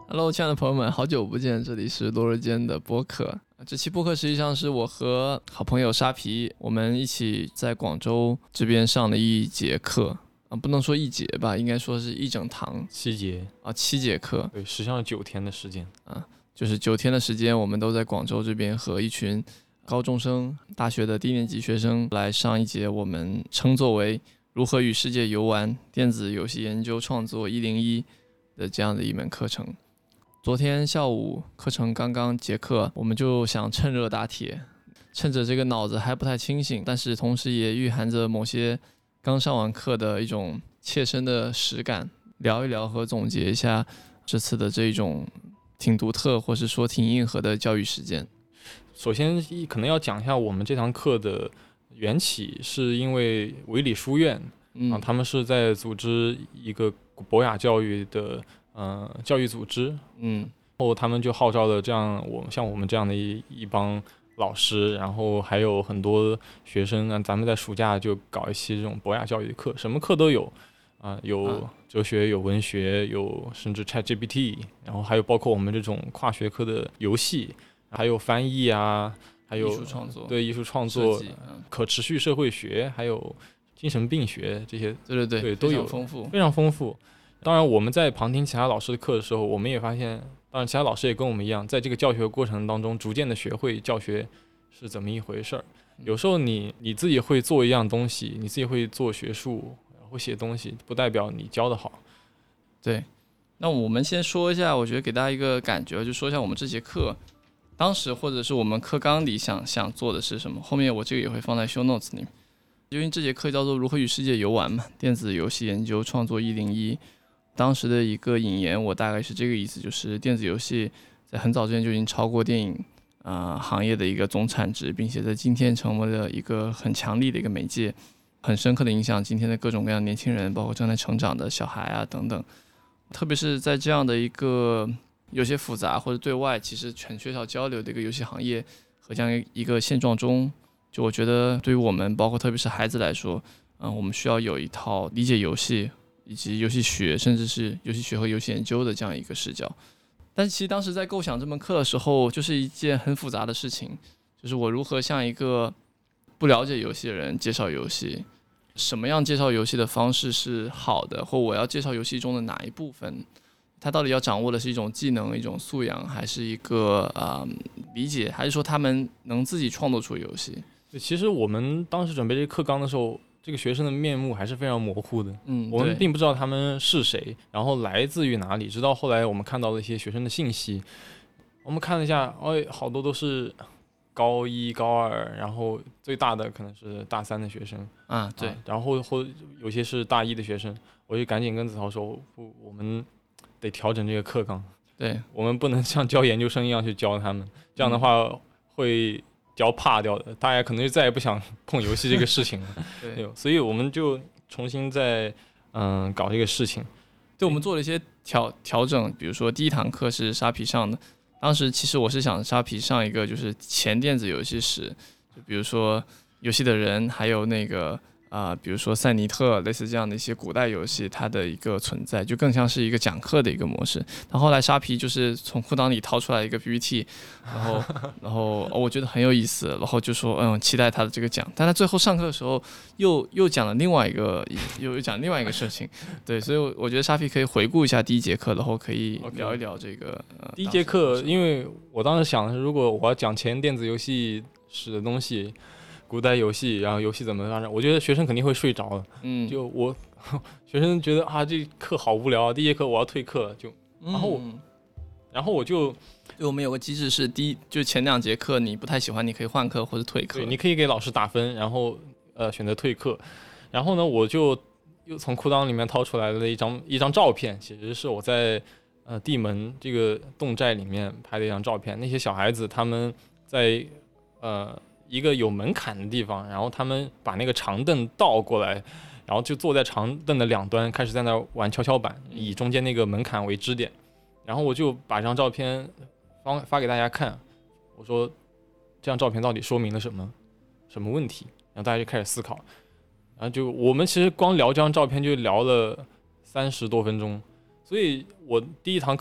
Hello， 亲爱的朋友们，好久不见，这里是落日间的播客。这期播客实际上是我和好朋友沙皮，我们一起在广州这边上了一节课不能说一节吧，应该说是一整堂 7节 7节课。 对，实际上9天的时间就是9天的时间，我们都在广州这边和一群高中生、大学的低年级学生来上一节我们称作为如何与世界游玩电子游戏研究创作101的这样的一门课程。昨天下午课程刚刚结课，我们就想趁热打铁，趁着这个脑子还不太清醒，但是同时也蕴含着某些刚上完课的一种切身的实感，聊一聊和总结一下这次的这种挺独特或是说挺硬核的教育实践。 首先可能要讲一下我们这堂课的缘起，是因为维理书院他们是在组织一个博雅教育的教育组织，然后他们就号召了像我们这样的一帮老师，然后还有很多学生咱们在暑假就搞一期这种博雅教育课，什么课都有有哲学，有文学，有甚至 ChatGPT， 然后还有包括我们这种跨学科的游戏，还有翻译还有艺术创作， 对艺术创作，可持续社会学，还有精神病学这些，对都有，非常丰富。当然我们在旁听其他老师的课的时候，我们也发现，当然其他老师也跟我们一样，在这个教学过程当中逐渐的学会教学是怎么一回事儿。有时候你自己会做一样东西，你自己会做学术会写东西，不代表你教得好。 对，那我们先说一下，我觉得给大家一个感觉，就说一下我们这节课当时或者是我们课纲里想做的是什么，后面我这个也会放在 show notes 里面。因为这节课叫做如何与世界游玩嘛，电子游戏研究创作101。当时的一个引言我大概是这个意思，就是电子游戏在很早之前就已经超过电影行业的一个总产值，并且在今天成为了一个很强力的一个媒介，很深刻的影响今天的各种各样的年轻人，包括正在成长的小孩等等。特别是在这样的一个有些复杂或者对外其实很缺少交流的一个游戏行业和这样一个现状中，就我觉得对于我们包括特别是孩子来说，我们需要有一套理解游戏以及游戏学，甚至是游戏学和游戏研究的这样一个视角。但是其实当时在构想这门课的时候，就是一件很复杂的事情，就是我如何向一个不了解游戏的人介绍游戏，什么样介绍游戏的方式是好的，或我要介绍游戏中的哪一部分，他到底要掌握的是一种技能、一种素养，还是一个理解，还是说他们能自己创作出游戏？ 其实我们当时准备这个课纲的时候，这个学生的面目还是非常模糊的，我们并不知道他们是谁，然后来自于哪里。直到后来我们看到了一些学生的信息，我们看了一下，好多都是高1、高2，然后最大的可能是大3的学生对， 然后有些是大1的学生，我就赶紧跟子豪说，不，我们得调整这个课纲，对，我们不能像教研究生一样去教他们，这样的话会教怕掉的，大家可能就再也不想碰游戏这个事情了。对，所以我们就重新再搞这个事情。 对，我们做了一些调整，比如说第一堂课是沙皮上的，当时其实我是想沙皮上一个就是前电子游戏史，就比如说游戏的人，还有那个比如说赛尼特类似这样的一些古代游戏它的一个存在，就更像是一个讲课的一个模式。然后后来沙皮就是从裤裆里掏出来一个 PPT， 然后我觉得很有意思，然后就说期待他的这个讲。但他最后上课的时候又讲了另外一个事情，对，所以我觉得沙皮可以回顾一下第一节课，然后可以聊一聊这个第一节课，因为我当时想的是，如果我要讲前电子游戏史的东西。古代游戏，然后游戏怎么发展？我觉得学生肯定会睡着的。就学生觉得这课好无聊，第一节课我要退课了，然后我就， 对，我们有个机制是就前2节课你不太喜欢，你可以换课或者退课。 对，你可以给老师打分，然后选择退课。然后呢，我就又从裤裆里面掏出来了一张照片，其实是我在地门这个侗寨里面拍的一张照片。那些小孩子他们在一个有门槛的地方，然后他们把那个长凳倒过来，然后就坐在长凳的2端，开始在那玩跷跷板，以中间那个门槛为支点。然后我就把这张照片发给大家看，我说这张照片到底说明了什么问题？然后大家就开始思考，然后我们其实光聊这张照片就聊了30多分钟，所以我第一堂课的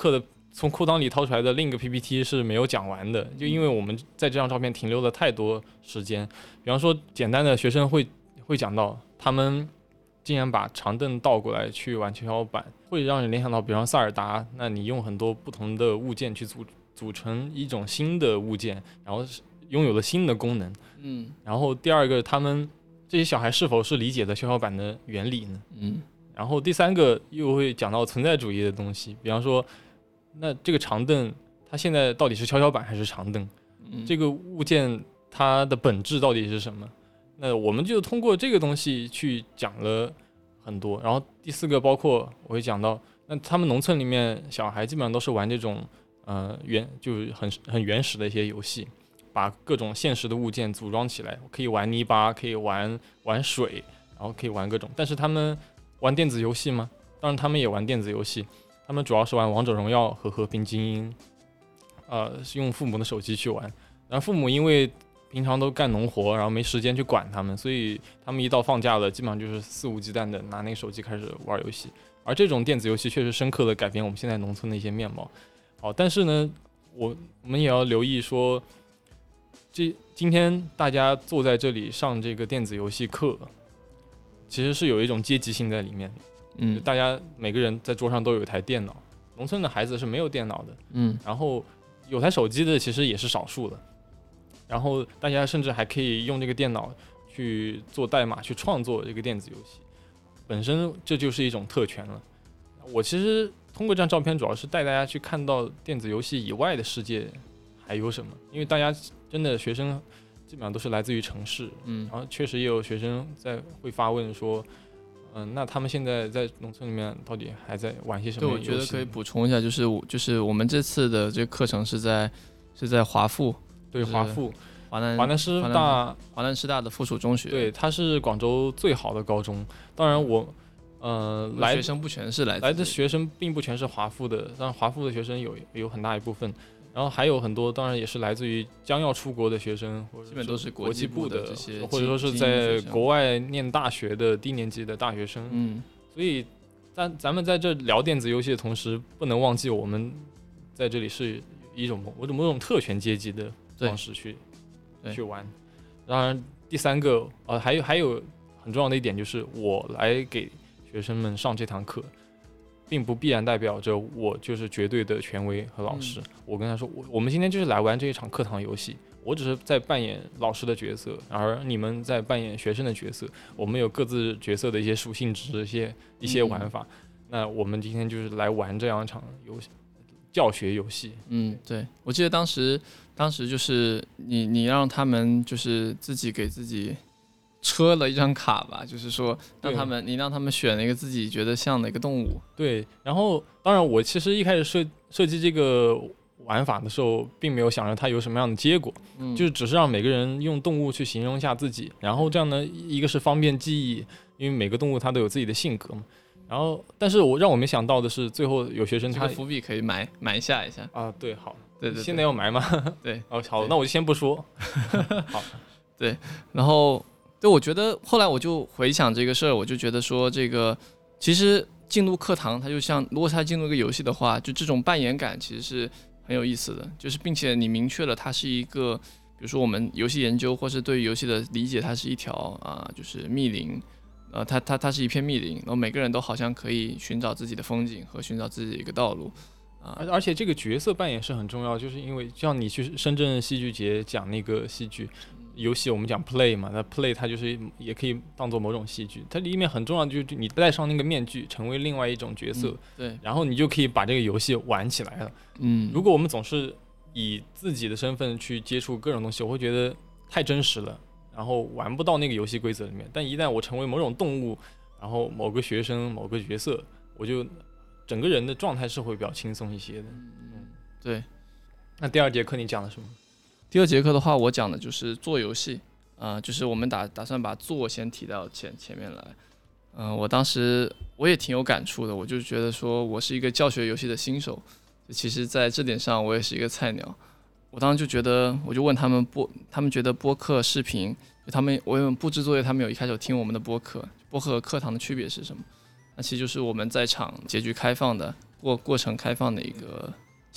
从裤裆里掏出来的另一个 PPT 是没有讲完的，就因为我们在这张照片停留了太多时间。比方说，简单的学生会讲到，他们竟然把长凳倒过来去玩跷跷板，会让人联想到，比方塞尔达，那你用很多不同的物件去组成一种新的物件，然后拥有了新的功能。然后第二个，他们这些小孩是否是理解了跷跷板的原理呢？然后第三个又会讲到存在主义的东西，比方说，那这个长凳它现在到底是跷跷板还是长凳？这个物件它的本质到底是什么？那我们就通过这个东西去讲了很多。然后第四个包括我会讲到，那他们农村里面小孩基本上都是玩这种就是很原始的一些游戏，把各种现实的物件组装起来，可以玩泥巴，可以玩水，然后可以玩各种。但是他们玩电子游戏吗？当然他们也玩电子游戏，他们主要是玩王者荣耀和和平精英，是用父母的手机去玩。然后父母因为平常都干农活，然后没时间去管他们，所以他们一到放假了，基本上就是肆无忌惮的拿那个手机开始玩游戏。而这种电子游戏确实深刻的改变我们现在农村的一些面貌。好，但是呢，我们也要留意说，今天大家坐在这里上这个电子游戏课，其实是有一种阶级性在里面。大家每个人在桌上都有一台电脑，农村的孩子是没有电脑的。然后有台手机的其实也是少数的。然后大家甚至还可以用这个电脑去做代码，去创作这个电子游戏，本身这就是一种特权了。我其实通过这张照片主要是带大家去看到电子游戏以外的世界还有什么，因为大家真的学生基本上都是来自于城市，然后确实也有学生会发问说，那他们现在在农村里面到底还在玩些什么游戏？ 对，我觉得可以补充一下，就是我们这次的这个课程是在华附， 对，华附，华南师大的附属中学， 对，它是广州最好的高中。当然来学生不全是来的学生并不全是华附的，当然华附的学生有很大一部分。然后还有很多，当然也是来自于将要出国的学生，或者基本都是国际部的这些， 或者说是在国外念大学的低年级的大学生。所以咱们在这聊电子游戏的同时，不能忘记我们在这里是一种某种特权阶级的方式去玩。当然，第三个还有很重要的一点就是，我来给学生们上这堂课，并不必然代表着我就是绝对的权威和老师。我跟他说，我们今天就是来玩这一场课堂游戏，我只是在扮演老师的角色，而你们在扮演学生的角色。我们有各自角色的一些属性值、一些玩法。那我们今天就是来玩这样一场教学游戏。 对，我记得当时就是你让他们就是自己给自己车了一张卡吧，就是说你让他们选了一个自己觉得像的一个动物。 对，然后当然我其实一开始设计这个玩法的时候，并没有想着它有什么样的结果，就是只是让每个人用动物去形容一下自己，然后这样呢，一个是方便记忆，因为每个动物它都有自己的性格嘛。然后，但是让我没想到的是，最后有学生他这个伏笔可以埋下一下啊。对，好， 对， 现在要埋吗？ 对， 好，那我就先不说。好， 对，然后对，我觉得后来我就回想这个事儿，我就觉得说，这个其实进入课堂，它就像如果它进入一个游戏的话，就这种扮演感其实是很有意思的，就是并且你明确了它是一个，比如说我们游戏研究或是对于游戏的理解，它是一条就是密林。它是一片密林，然后每个人都好像可以寻找自己的风景和寻找自己的一个道路而且这个角色扮演是很重要，就是因为像你去深圳戏剧节讲那个戏剧游戏，我们讲 play 嘛，那 play 它就是也可以当做某种戏剧，它里面很重要的就是你戴上那个面具，成为另外一种角色， 对， 然后你就可以把这个游戏玩起来了。如果我们总是以自己的身份去接触各种东西，我会觉得太真实了。然后玩不到那个游戏规则里面，但一旦我成为某种动物，然后某个学生、某个角色，我就整个人的状态是会比较轻松一些的。 对。 那第二节课你讲的什么？ 第二节课的话，我讲的就是做游戏，就是我们打算把做先提到前面来。我当时我也挺有感触的，我就觉得说我是一个教学游戏的新手，其实在这点上我也是一个菜鸟。我当时就觉得，我就问他们他们觉得播客视频，我有布置作业，他们有一开始听我们的播客和课堂的区别是什么？那其实就是我们在场结局开放的过程开放的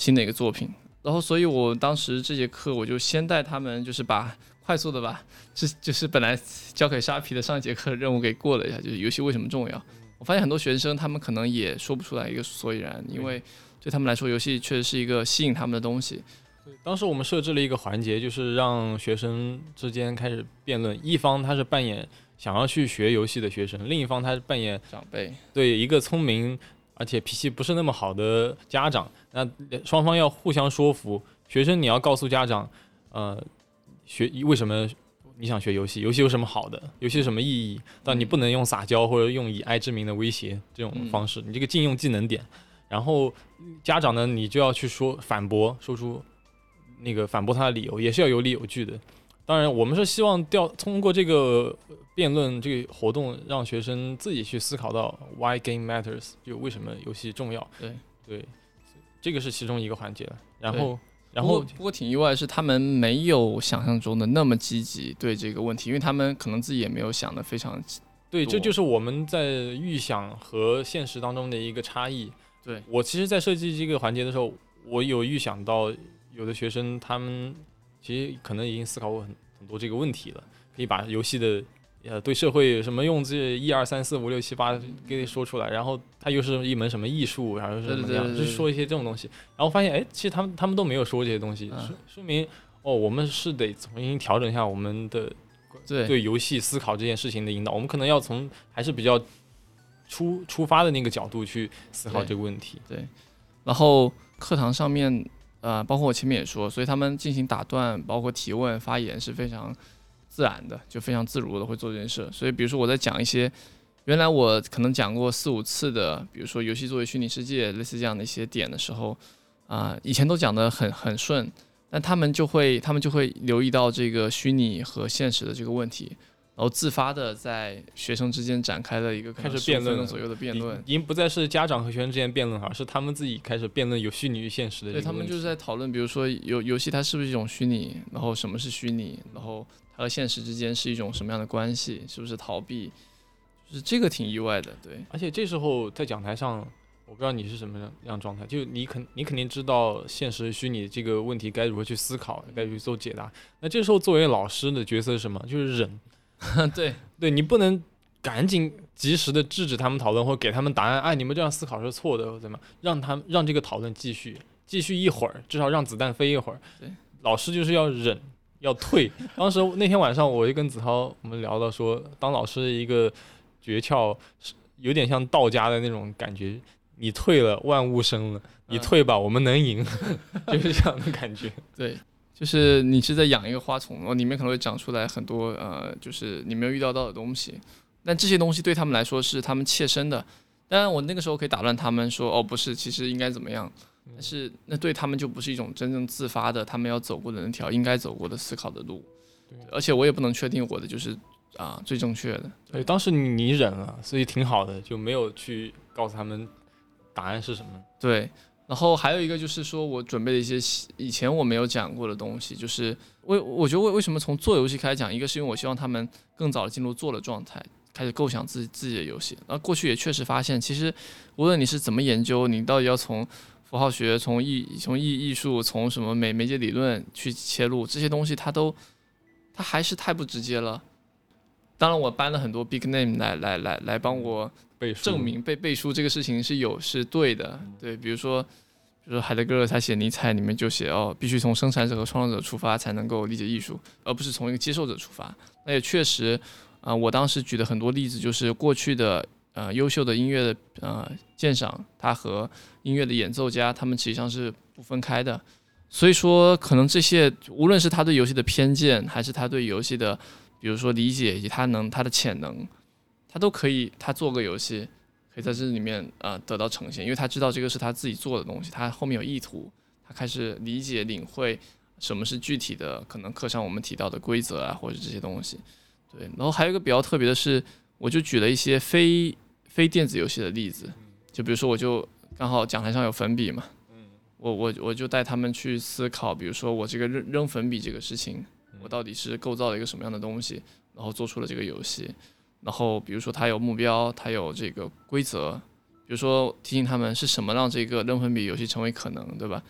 新的一个作品。然后所以我当时这节课我就先带他们就是快速的把就是本来交给沙皮的上一节课的任务给过了一下，就是游戏为什么重要。我发现很多学生他们可能也说不出来一个所以然，因为对他们来说游戏确实是一个吸引他们的东西。 当时我们设置了一个环节，就是让学生之间开始辩论，一方他是扮演想要去学游戏的学生，另一方他是扮演长辈， 对一个聪明而且脾气不是那么好的家长，那双方要互相说服。学生你要告诉家长，为什么你想学游戏，游戏有什么好的，游戏有什么意义，但你不能用撒娇或者用以爱之名的威胁这种方式，你这个禁用技能点。然后家长呢，你就要去反驳，说出那个反驳他的理由，也是要有理有据的。当然我们是希望通过这个辩论这个活动，让学生自己去思考到 why game matters， 就为什么游戏重要。对，这个是其中一个环节了。然后不过挺意外的是，他们没有想象中的那么积极对这个问题，因为他们可能自己也没有想得非常对，这就是我们在预想和现实当中的一个差异。 对，我其实在设计这个环节的时候，我有预想到有的学生他们其实可能已经思考过很多这个问题了，可以把游戏的对社会有什么用，这1、2、3、4、5、6、7、8给说出来，然后它又是一门什么艺术，然后是怎么样，就说一些这种东西，然后发现其实他们都没有说这些东西，说明我们是得重新调整一下我们的对游戏思考这件事情的引导，我们可能要从还是比较出发的那个角度去思考这个问题。 对，然后课堂上面包括我前面也说，所以他们进行打断，包括提问、发言是非常自然的，就非常自如的会做这件事。所以比如说我在讲一些原来我可能讲过4、5次的，比如说游戏作为虚拟世界类似这样的一些点的时候，以前都讲得很顺，但他们就会留意到这个虚拟和现实的这个问题，然后自发的在学生之间展开了一个开始辩论左右的辩论， 已经不再是家长和学生之间辩论，而是他们自己开始辩论有虚拟与现实的这个问题。 对，他们就是在讨论，比如说游戏它是不是一种虚拟，然后什么是虚拟，然后它和现实之间是一种什么样的关系，是不是逃避，就是这个挺意外的。对， 而且这时候在讲台上，我不知道你是什么样状态，就你肯定知道现实虚拟这个问题该如何去思考，该去做解答。那这时候作为老师的角色是什么？就是忍。对，你不能赶紧及时的制止他们讨论，或者给他们答案，你们这样思考是错的，或者怎么让这个讨论继续一会儿，至少让子弹飞一会儿。 对， 老师就是要忍，要退。当时那天晚上我就跟子涛我们聊到说，当老师的一个诀窍有点像道家的那种感觉，你退了万物生了，你退吧，我们能赢，就是这样的感觉。 对，就是你是在养一个花丛，里面可能会长出来很多就是你没有预料到的东西，但这些东西对他们来说是他们切身的。当然我那个时候可以打乱他们说，不是，其实应该怎么样，但是那对他们就不是一种真正自发的他们要走过的那条应该走过的思考的路。而且我也不能确定我的就是最正确的。 对，当时你忍了，所以挺好的，就没有去告诉他们答案是什么。 对，然后还有一个就是说我准备了一些以前我没有讲过的东西，就是我觉得为什么从做游戏开始讲，一个是因为我希望他们更早的进入做的状态，开始构想自己的游戏。然后过去也确实发现，其实无论你是怎么研究，你到底要从符号学、从艺术、从什么媒介理论去切入，这些东西它还是太不直接了。当然我搬了很多 big name 来帮我证明背书这个事情是对的。对，比如说海德格尔他写尼采里面就写必须从生产者和创造者出发才能够理解艺术，而不是从一个接受者出发。那也确实我当时举的很多例子就是过去的优秀的音乐的鉴赏，他和音乐的演奏家他们实际上是不分开的。所以说可能这些无论是他对游戏的偏见，还是他对游戏的比如说理解以及他的潜能，他都可以他做个游戏可以在这里面得到呈现，因为他知道这个是他自己做的东西，他后面有意图，他开始理解领会什么是具体的可能课上我们提到的规则或者这些东西。对，然后还有一个比较特别的是，我就举了一些非电子游戏的例子，就比如说我就刚好讲台上有粉笔嘛，我就带他们去思考，比如说我这个扔粉笔这个事情，我到底是构造了一个什么样的东西，然后做出了这个游戏。然后比如说它有目标，它有这个规则，比如说提醒他们是什么让这个扔粉笔游戏成为可能，对吧？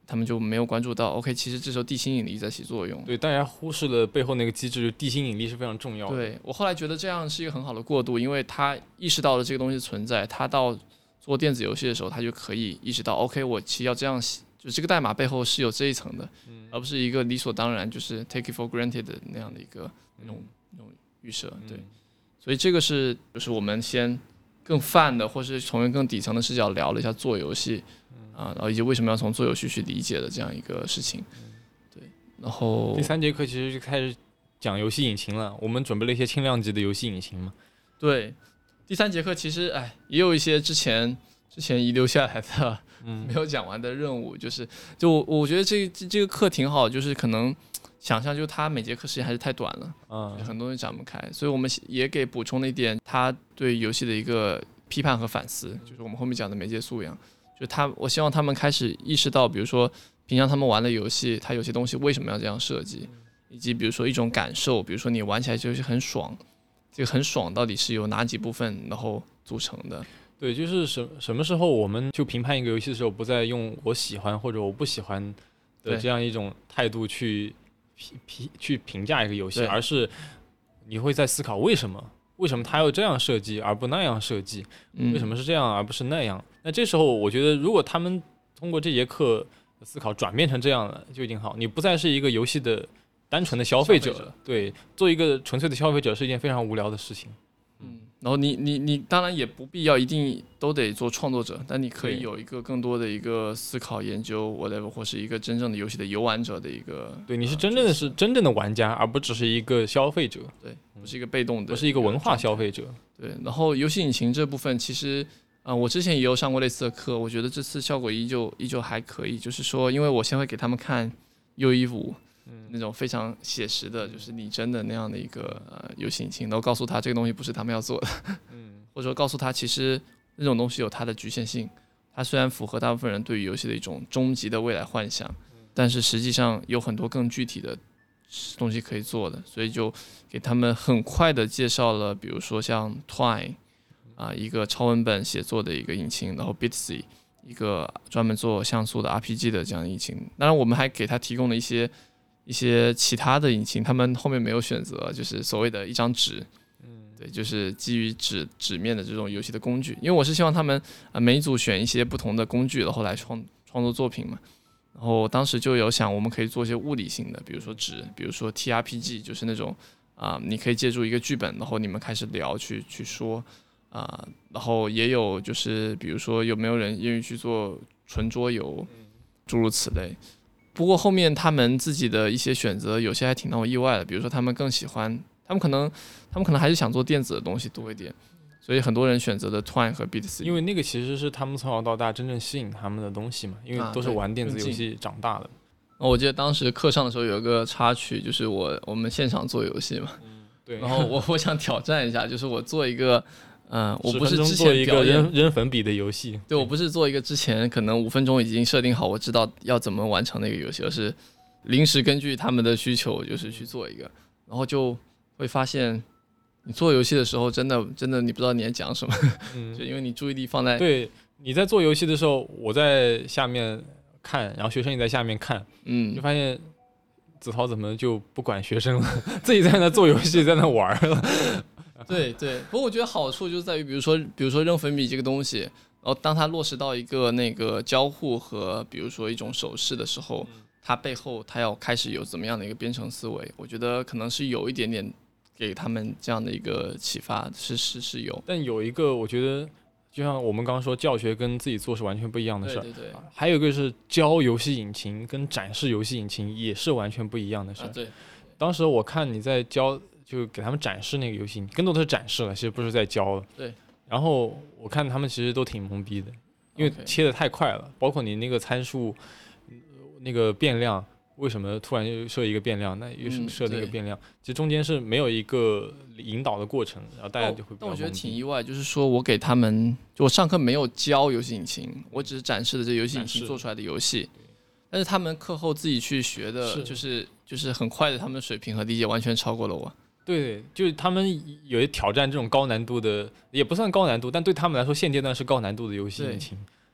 他们就没有关注到 OK， 其实这时候地心引力在起作用。 对，大家忽视了背后那个机制，就地心引力是非常重要的。 对，我后来觉得这样是一个很好的过渡，因为他意识到了这个东西存在，他到做电子游戏的时候，他就可以意识到 OK， 我其实要这样写，就这个代码背后是有这一层的，而不是一个理所当然就是 take it for granted 的那样的一个那种预设。对，所以这个是就是我们先更泛的，或是从更底层的视角聊了一下做游戏然后以及为什么要从做游戏去理解的这样一个事情。对，然后第3节课其实就开始讲游戏引擎了，我们准备了一些轻量级的游戏引擎嘛。 对，第3节课其实也有一些之前遗留下来的没有讲完的任务，就我觉得这个课挺好，就是可能想象就他每节课时间还是太短了，很多东西讲不开，所以我们也给补充了一点他对游戏的一个批判和反思，就是我们后面讲的媒介素养，就我希望他们开始意识到，比如说平常他们玩的游戏，他有些东西为什么要这样设计，以及比如说一种感受，比如说你玩起来就是很爽，这个很爽到底是由哪几部分然后组成的。 对，就是什么时候我们就评判一个游戏的时候，不再用我喜欢或者我不喜欢的这样一种态度去评价一个游戏，而是你会在思考为什么他要这样设计而不那样设计，为什么是这样而不是那样。那这时候我觉得如果他们通过这节课的思考转变成这样了就已经好，你不再是一个游戏的单纯的消费者，对，做一个纯粹的消费者是一件非常无聊的事情。 然后你当然也不必要一定都得做创作者，但你可以有一个更多的一个思考研究 whatever， 或是一个真正的游戏的游玩者的一个， 对，你是真正的玩家，而不只是一个消费者， 对，不是一个被动的， 不是一个文化消费者。 对，然后游戏引擎这部分其实我之前也有上过类似的课，我觉得这次效果依旧还可以，就是说因为我先会给他们看U15那种非常写实的，就是拟真的那样的一个游戏引擎，然后告诉他这个东西不是他们要做的，或者说告诉他其实那种东西有它的局限性，它虽然符合大部分人对于游戏的一种终极的未来幻想，但是实际上有很多更具体的东西可以做的，所以就给他们很快的介绍了，比如说像 Twine 一个超文本写作的一个引擎，然后 Bitsy 一个专门做像素的 RPG 的这样的引擎，当然我们还给他提供了一些其他的引擎，他们后面没有选择，就是所谓的一张纸，对，就是基于纸面的这种游戏的工具。因为我是希望他们每一组选一些不同的工具，然后来创作作品嘛。然后当时就有想，我们可以做一些物理性的，比如说纸，比如说 TRPG， 就是那种你可以借助一个剧本，然后你们开始聊去说然后也有就是比如说有没有人愿意去做纯桌游，诸如此类。不过后面他们自己的一些选择有些还挺让我意外的，比如说他们更喜欢，他们可能还是想做电子的东西多一点，所以很多人选择的 Twine 和 Bitsy， 因为那个其实是他们从小到大真正吸引他们的东西嘛，因为都是玩电子游戏长大的。 我记得当时课上的时候有一个插曲，就是我们现场做游戏嘛， 对， 然后我想挑战一下，就是我做一个我不是之做一个前扔粉笔的游戏， 对，我不是做一个之前可能5分钟已经设定好我知道要怎么完成那个游戏，而是临时根据他们的需求就是去做一个，然后就会发现你做游戏的时候真的你不知道你在讲什么，就因为你注意力放在， 对，你在做游戏的时候我在下面看，然后学生也在下面看，就发现子韬怎么就不管学生了，自己在那做游戏在那玩了。 对，不过我觉得好处就在于比如说扔粉笔这个东西，然后当它落实到一个那个交互和比如说一种手势的时候，它背后它要开始有怎么样的一个编程思维，我觉得可能是有一点点给他们这样的一个启发，是有。 但有一个我觉得就像我们刚刚说教学跟自己做是完全不一样的事儿， 对， 还有一个是教游戏引擎跟展示游戏引擎也是完全不一样的事儿。 对， 当时我看你在教，就给他们展示那个游戏，更多的是展示了，其实不是在教了。 对。 然后我看他们其实都挺懵逼的，因为切得太快了，包括你那个参数，那个变量，为什么突然又设一个变量？那又是设那个变量？其实中间是没有一个引导的过程，然后大家就会比较懵逼。 但我觉得挺意外，就是说我给他们，就我上课没有教游戏引擎，我只是展示了这游戏引擎做出来的游戏。但是他们课后自己去学的，就是很快的，他们的水平和理解完全超过了我。 对，就是他们有挑战这种高难度的，也不算高难度，但对他们来说现阶段是高难度的游戏引擎。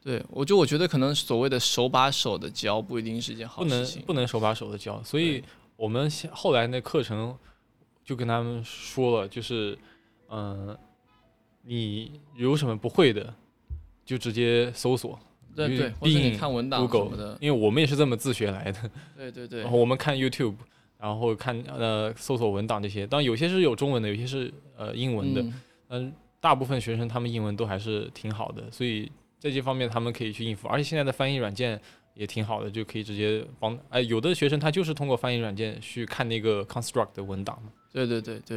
对，我觉得可能所谓的手把手的教不一定是一件好事情， 不能手把手的教，所以我们后来那课程就跟他们说了，就是你有什么不会的，就直接搜索。 对，或者你看文档什么的， 因为我们也是这么自学来的。 对。 然后我们看 YouTube， 然后看搜索文档这些，当然有些是有中文的，有些是英文的。大部分学生他们英文都还是挺好的，所以在这方面他们可以去应付。而且现在的翻译软件也挺好的，就可以直接帮。有的学生他就是通过翻译软件去看那个 construct 的文档嘛。 对。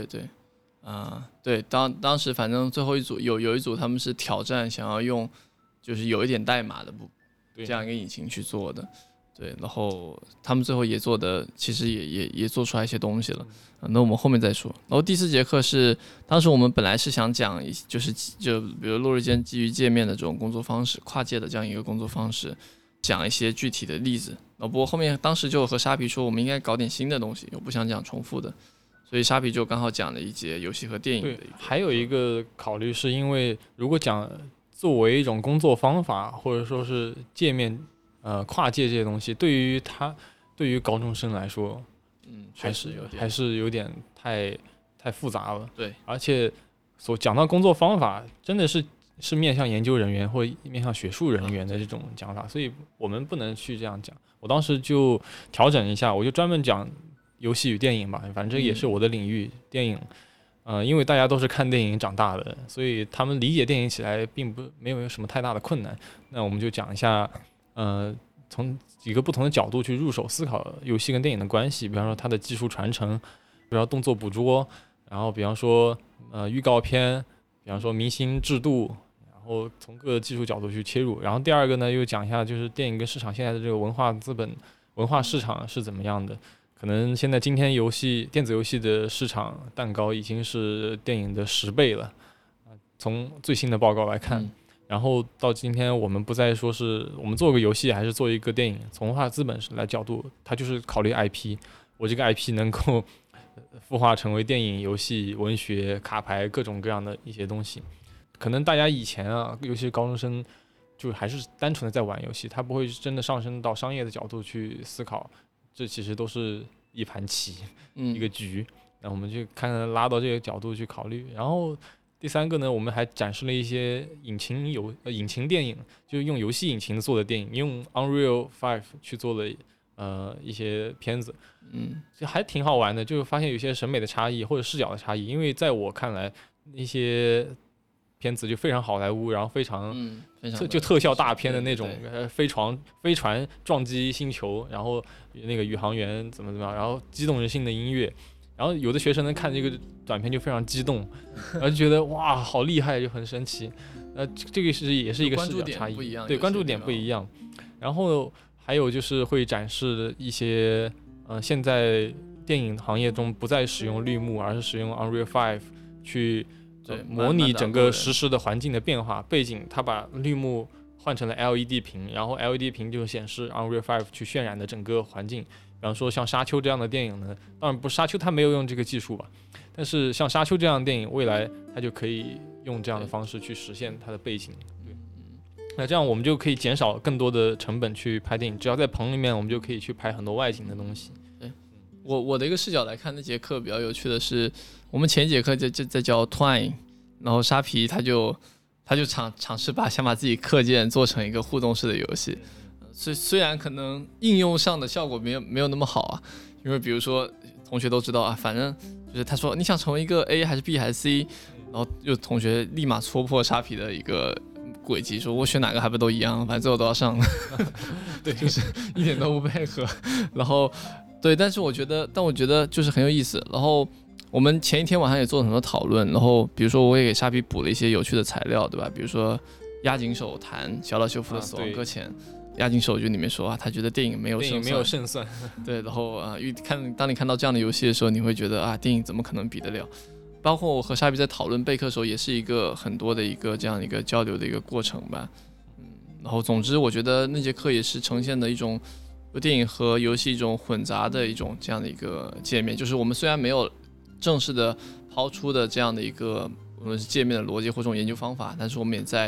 对，当时反正最后一组有一组他们是挑战想要用就是有一点代码的这样一个引擎去做的，对，然后他们最后也做的其实也做出来一些东西了，那我们后面再说。然后第4节课是当时我们本来是想讲就比如落日间基于界面的这种工作方式，跨界的这样一个工作方式，讲一些具体的例子。不过后面当时就和沙皮说我们应该搞点新的东西，我不想讲重复的。所以沙皮就刚好讲了一节游戏和电影的还有一个考虑是因为如果讲作为一种工作方法或者说是界面跨界这些东西，对于高中生来说，还是有点太复杂了。 对， 而且所讲到工作方法，真的是面向研究人员或面向学术人员的这种讲法，所以我们不能去这样讲。我当时就调整一下，我就专门讲游戏与电影吧，反正这也是我的领域，电影。因为大家都是看电影长大的，所以他们理解电影起来没有什么太大的困难。那我们就讲一下，从几个不同的角度去入手思考游戏跟电影的关系，比方说它的技术传承，比方说动作捕捉，然后比方说预告片，比方说明星制度，然后从各个技术角度去切入。然后第二个呢，又讲一下就是电影跟市场现在的这个文化资本、文化市场是怎么样的。可能现在今天电子游戏的市场蛋糕已经是电影的10倍了，从最新的报告来看。然后到今天我们不再说是我们做个游戏还是做一个电影，从文化资本来角度，它就是考虑 IP， 我这个 IP 能够孵化成为电影、游戏、文学、卡牌各种各样的一些东西。可能大家以前尤其是高中生就还是单纯的在玩游戏，他不会真的上升到商业的角度去思考，这其实都是一盘棋，一个局。那我们就看拉到这个角度去考虑。然后第3个呢，我们还展示了一些引擎电影，就用游戏引擎做的电影，用 Unreal 5去做了一些片子，就还挺好玩的，就发现有些审美的差异或者视角的差异。因为在我看来，那些片子就非常好莱坞，然后非常就特效大片的那种，飞船撞击星球，然后那个宇航员怎么样，然后激动人心的音乐，然后有的学生能看这个短片就非常激动，然后就觉得哇好厉害，就很神奇。这个也是一个视角差异，对，关注点不一样。然后还有就是会展示一些现在电影行业中不再使用绿幕，而是使用 Unreal 5去模拟整个实时的环境的变化，背景它把绿幕换成了 LED 屏，然后 LED 屏就显示 Unreal 5去渲染的整个环境。比方说像沙丘这样的电影呢，当然不是沙丘它没有用这个技术吧，但是像沙丘这样的电影，未来它就可以用这样的方式去实现它的背景。对，那这样我们就可以减少更多的成本去拍电影，只要在棚里面，我们就可以去拍很多外景的东西。 对，我的一个视角来看，那节课比较有趣的是，我们前一节课在教 Twine， 然后沙皮他就尝试想把自己课件做成一个互动式的游戏。虽然可能应用上的效果没有那么好啊，因为比如说同学都知道啊，反正就是他说你想成为一个 A 还是 B 还是 C， 然后有同学立马戳破沙皮的一个轨迹，说我选哪个还不都一样，反正最后都要上了。对，就是一点都不配合。然后对，但我觉得就是很有意思。然后我们前一天晚上也做了很多讨论，然后比如说我也给沙皮补了一些有趣的材料，对吧？比如说押井守谈小岛秀夫的《死亡搁浅》。押井守就里面说他觉得电影没有胜算，对，然后当你看到这样的游戏的时候，你会觉得电影怎么可能比得了？包括我和沙比在讨论备课的时候，也是一个很多的一个这样的一个交流的一个过程吧。然后总之我觉得那节课也是呈现的一种电影和游戏一种混杂的一种这样的一个界面，就是我们虽然没有正式的抛出的这样的一个无论是界面的逻辑或这种研究方法，但是我们也在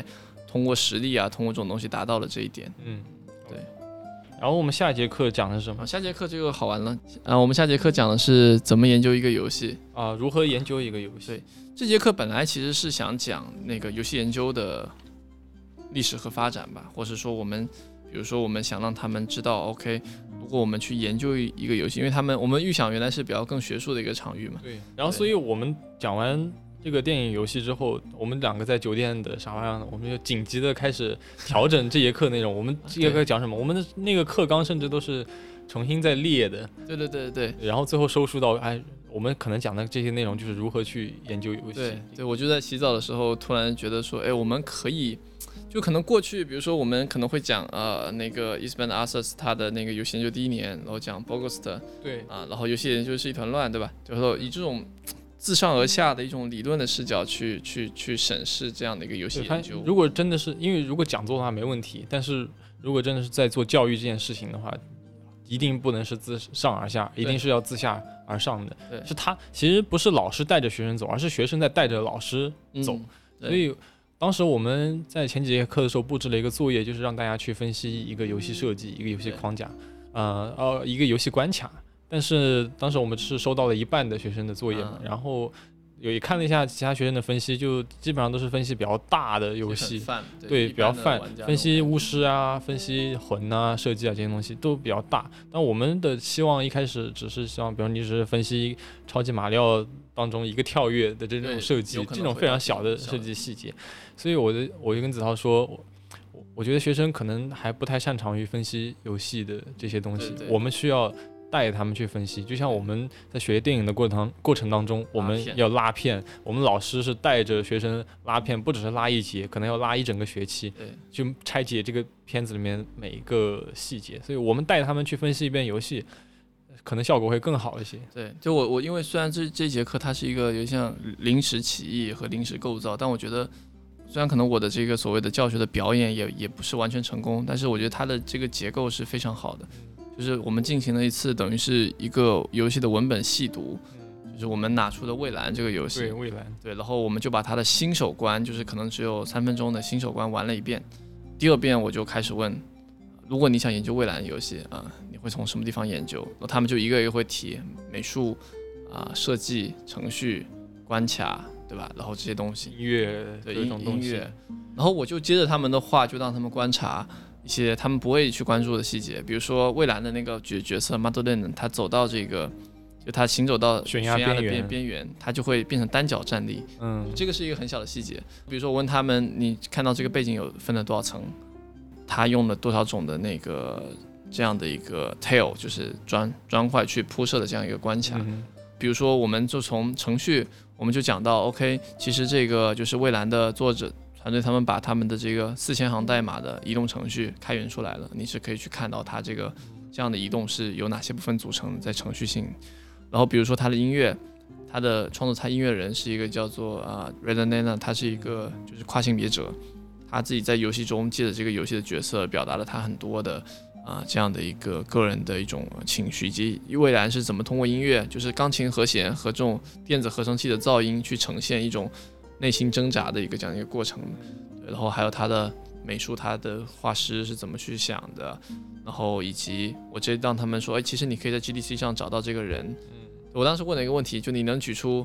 通过实力啊，通过这种东西达到了这一点。对。 然后我们下一节课讲的是什么？ 下节课这个好玩了我们下节课讲的是怎么研究一个游戏啊，如何研究一个游戏。 对，这节课本来其实是想讲那个游戏研究的历史和发展吧，或是说比如说我们想让他们知道 OK， 如果我们去研究一个游戏，因为我们预想原来是比较更学术的一个场域嘛。 对，然后所以我们讲完这个电影游戏之后，我们两个在酒店的沙发上，我们就紧急的开始调整这节课内容。我们这节课讲什么？我们的那个课纲甚至都是重新在列的。 对。 然后最后收束到，我们可能讲的这些内容就是如何去研究游戏。 对，我就在洗澡的时候突然觉得说，我们可以，就可能过去，比如说我们可能会讲那个 Eastman Arthur 他的那个游戏研究第一年，然后讲 Bogost， 对然后游戏研究是一团乱，对吧？就是说以这种自上而下的一种理论的视角去审视这样的一个游戏研究。 如果真的是因为如果讲座的话没问题，但是如果真的是在做教育这件事情的话，一定不能是自上而下，一定是要自下而上的。是他其实不是老师带着学生走，而是学生在带着老师走。所以当时我们在前几节课的时候布置了一个作业，就是让大家去分析一个游戏设计、一个游戏框架，一个游戏关卡。但是当时我们是收到了一半的学生的作业嘛，然后也看了一下其他学生的分析，就基本上都是分析比较大的游戏，对，比较泛，分析巫师啊，分析魂啊，设计啊这些东西都比较大。但我们的希望一开始只是希望，比如你只是分析超级马里奥当中一个跳跃的这种设计，这种非常小的设计细节。所以我就跟子韬说，我觉得学生可能还不太擅长于分析游戏的这些东西，我们需要带他们去分析。就像我们在学电影的过程当中，我们要拉片，我们老师是带着学生拉片，不只是拉一节，可能要拉一整个学期，去拆解这个片子里面每一个细节。所以我们带他们去分析一遍游戏，可能效果会更好一些。 对，就我因为虽然这节课它是一个有点像临时起意和临时构造，但我觉得虽然可能我的这个所谓的教学的表演也不是完全成功，但是我觉得它的这个结构是非常好的。就是我们进行了一次等于是一个游戏的文本细读，就是我们拿出了蔚蓝这个游戏， 对蔚蓝， 对，然后我们就把它的新手关，就是可能只有3分钟的新手关玩了一遍。第二遍我就开始问，如果你想研究蔚蓝游戏你会从什么地方研究？然后他们就一个一个会提美术设计、程序、关卡，对吧？然后这些东西， 音乐， 对音乐，然后我就接着他们的话，就让他们观察一些他们不会去关注的细节，比如说蔚蓝的那个角色 Madeleine， 他走到这个，就他行走到悬崖的边缘，他就会变成单脚站立。这个是一个很小的细节。比如说我问他们，你看到这个背景有分了多少层？他用了多少种的那个这样的一个 tile， 就是砖块去铺设的这样一个关卡。比如说我们就从程序，我们就讲到 OK， 其实这个就是蔚蓝的作者团队他们把他们的这个4000行代码的移动程序开源出来了，你是可以去看到它这样的移动是由哪些部分组成的，在程序性。然后比如说它的音乐，它的创作它音乐人是一个叫做Red Nana， 他是一个就是跨性别者，他自己在游戏中借着这个游戏的角色表达了他很多的这样的一个个人的一种情绪，以及蔚蓝是怎么通过音乐，就是钢琴和弦和这种电子合成器的噪音去呈现一种内心挣扎的这样一个过程。对，然后还有他的美术，他的画师是怎么去想的，然后以及我直接让他们说，其实你可以在 GDC 上找到这个人。我当时问了一个问题，就你能举出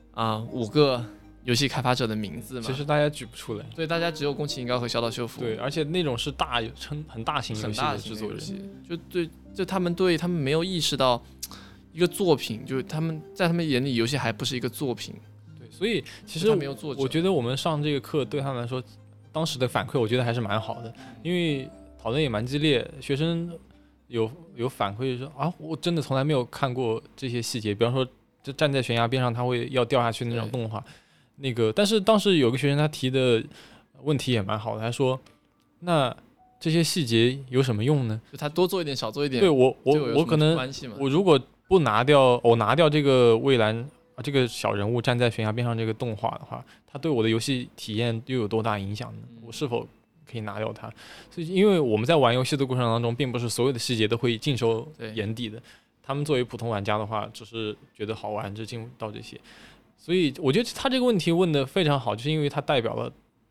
5个游戏开发者的名字吗？ 其实大家举不出来。 对，大家只有宫崎英高和小岛秀夫。 对，而且那种是很大型游戏的制作人， 就他们没有意识到一个作品，就他们在他们眼里，游戏还不是一个作品。 对，所以其实我觉得我们上这个课对他们来说，当时的反馈我觉得还是蛮好的，因为讨论也蛮激烈，学生有反馈说我真的从来没有看过这些细节，比方说就站在悬崖边上他会要掉下去的那种动画，但是当时有个学生他提的问题也蛮好的，他说那这些细节有什么用呢？ 就他多做一点少做一点， 对我可能我如果不拿掉这个蔚蓝这个小人物站在悬崖边上这个动画的话，它对我的游戏体验又有多大影响呢？我是否可以拿掉它？所以因为我们在玩游戏的过程当中，并不是所有的细节都会尽收眼底的，他们作为普通玩家的话，只是觉得好玩就进入到这些。所以我觉得他这个问题问得非常好，就是因为他代表了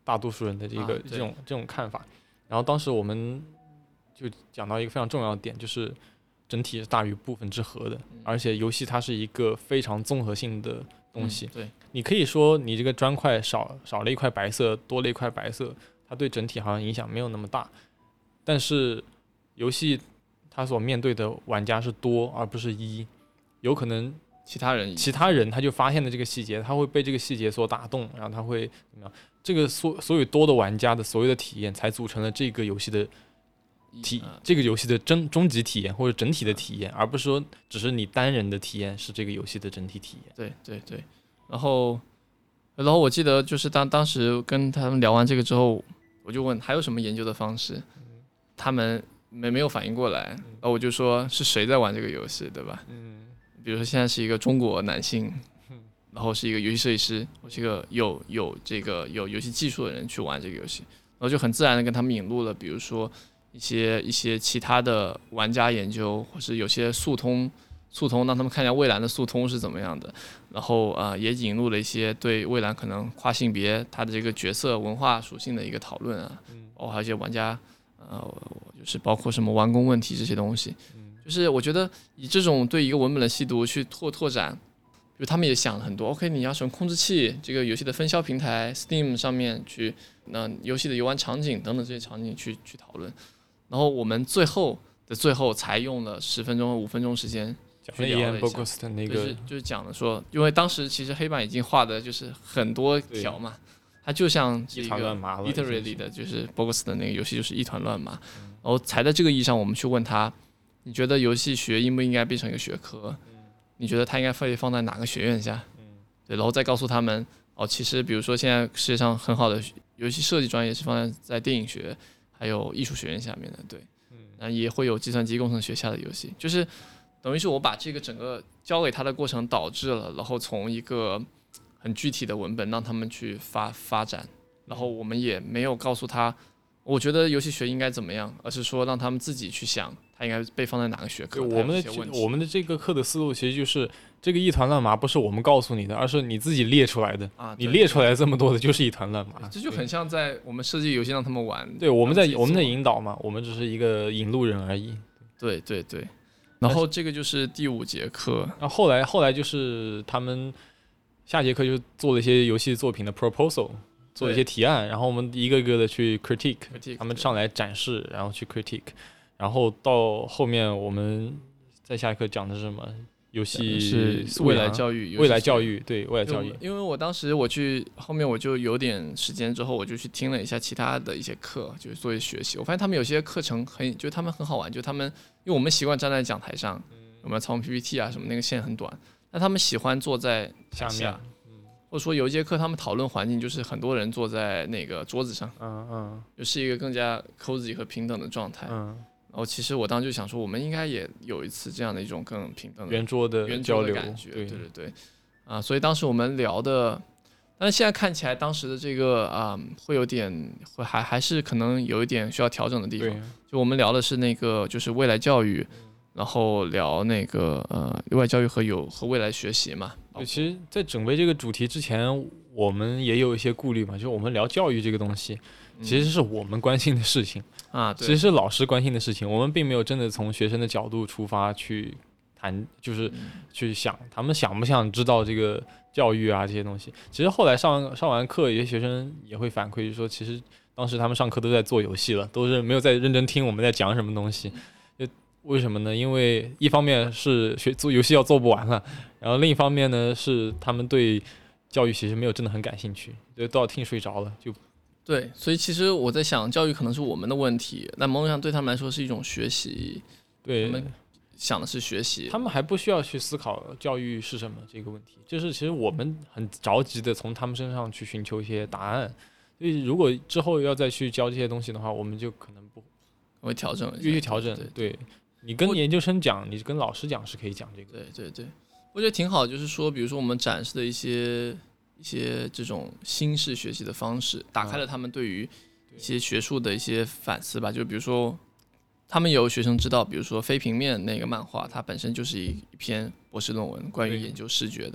大多数人的这种看法。然后当时我们就讲到一个非常重要的点，就是整体是大于部分之和的，而且游戏它是一个非常综合性的东西。 对， 你可以说你这个砖块少了一块白色，多了一块白色，它对整体好像影响没有那么大，但是游戏它所面对的玩家是多而不是一，有可能其他人他就发现了这个细节，他会被这个细节所打动，然后他会怎么样？这个所有多的玩家的所有的体验，才组成了这个游戏的这个游戏的终极体验或者整体的体验，而不是说只是你单人的体验是这个游戏的整体体验。 对对对。然后我记得就是当时跟他们聊完这个之后，我就问还有什么研究的方式，他们没有反应过来，然后我就说是谁在玩这个游戏，对吧？比如说现在是一个中国男性，然后是一个游戏设计师，或是一个有游戏技术的人去玩这个游戏，然后就很自然的跟他们引入了，比如说一些其他的玩家研究，或是有些速通让他们看一下蔚蓝的速通是怎么样的，然后也引入了一些对蔚蓝可能跨性别它的这个角色文化属性的一个讨论啊，包括还有一些玩家就是包括什么完工问题这些东西，就是我觉得以这种对一个文本的细读去拓展，比如他们也想了很多 ，OK 你要什么控制器，这个游戏的分销平台 Steam 上面去，那游戏的游玩场景等等这些场景去讨论，然后我们最后才用了10分钟5分钟时间去聊了一下，就是讲了说，因为当时其实黑板已经画的就是很多条嘛，它就像这个 literally 的，就是 Bogus 的那个游戏就是一团乱麻，然后才在这个意义上我们去问他，你觉得游戏学应不应该变成一个学科？你觉得它应该放在哪个学院下？对，然后再告诉他们，其实比如说现在世界上很好的游戏设计专业是放在电影学还有艺术学院下面的，对，那也会有计算机工程学下的游戏，就是等于是我把这个整个教给他的过程导致了，然后从一个很具体的文本让他们去发展，然后我们也没有告诉他，我觉得游戏学应该怎么样，而是说让他们自己去想，它应该被放在哪个学科。 我们的这个课的思路其实就是这个一团乱麻不是我们告诉你的，而是你自己列出来的。你列出来这么多的就是一团乱麻。 这就很像在我们设计游戏让他们玩。 对，我们在引导嘛，我们只是一个引路人而已。 对。然后这个就是第5节课。 然后后来就是他们下节课就做了一些游戏作品的 proposal。做了一些提案，然后我们一个个的去 critique， 他们上来展示，然后去 critique， 然后到后面我们在下一课讲的是什么？游戏是未来教育， 对未来教育。 因为我当时后面我就有点时间之后，我就去听了一下其他的一些课，就是做一些学习。我发现他们有些课程就他们很好玩，就他们因为我们习惯站在讲台上，我们要操纵 PPT 啊什么，那个线很短，但他们喜欢坐在下面。 或者说有一节课他们讨论环境就是很多人坐在那个桌子上，就是一个更加 cozy 和平等的状态。然后其实我当时就想说，我们应该也有一次这样的一种更平等的圆桌的交流感觉。对。所以当时我们聊的，但是现在看起来当时的这个会有点还是可能有一点需要调整的地方。就我们聊的是那个就是未来教育。然后聊那个未来教育和未来学习嘛。 对，其实，在准备这个主题之前，我们也有一些顾虑嘛。就是我们聊教育这个东西，其实是我们关心的事情对， 其实是老师关心的事情。我们并没有真的从学生的角度出发去谈，就是去想他们想不想知道这个教育啊这些东西。其实后来上完课，有些学生也会反馈说，其实当时他们上课都在做游戏了，都是没有在认真听我们在讲什么东西。为什么呢？因为一方面是做游戏要做不完了，然后另一方面呢是他们对教育其实没有真的很感兴趣，都要听睡着了就。 对，所以其实我在想，教育可能是我们的问题，但某种上对他们来说是一种学习。 对， 他们想的是学习， 他们还不需要去思考教育是什么这个问题。就是其实我们很着急的从他们身上去寻求一些答案，所以如果之后要再去教这些东西的话，我们就可能不会调整， 必须调整。对。你跟研究生讲，你跟老师讲是可以讲这个。 对，我觉得挺好。就是说，比如说我们展示的一些这种新式学习的方式，打开了他们对于一些学术的一些反思吧。就比如说，他们有学生知道，比如说非平面那个漫画，它本身就是一篇博士论文，关于研究视觉的。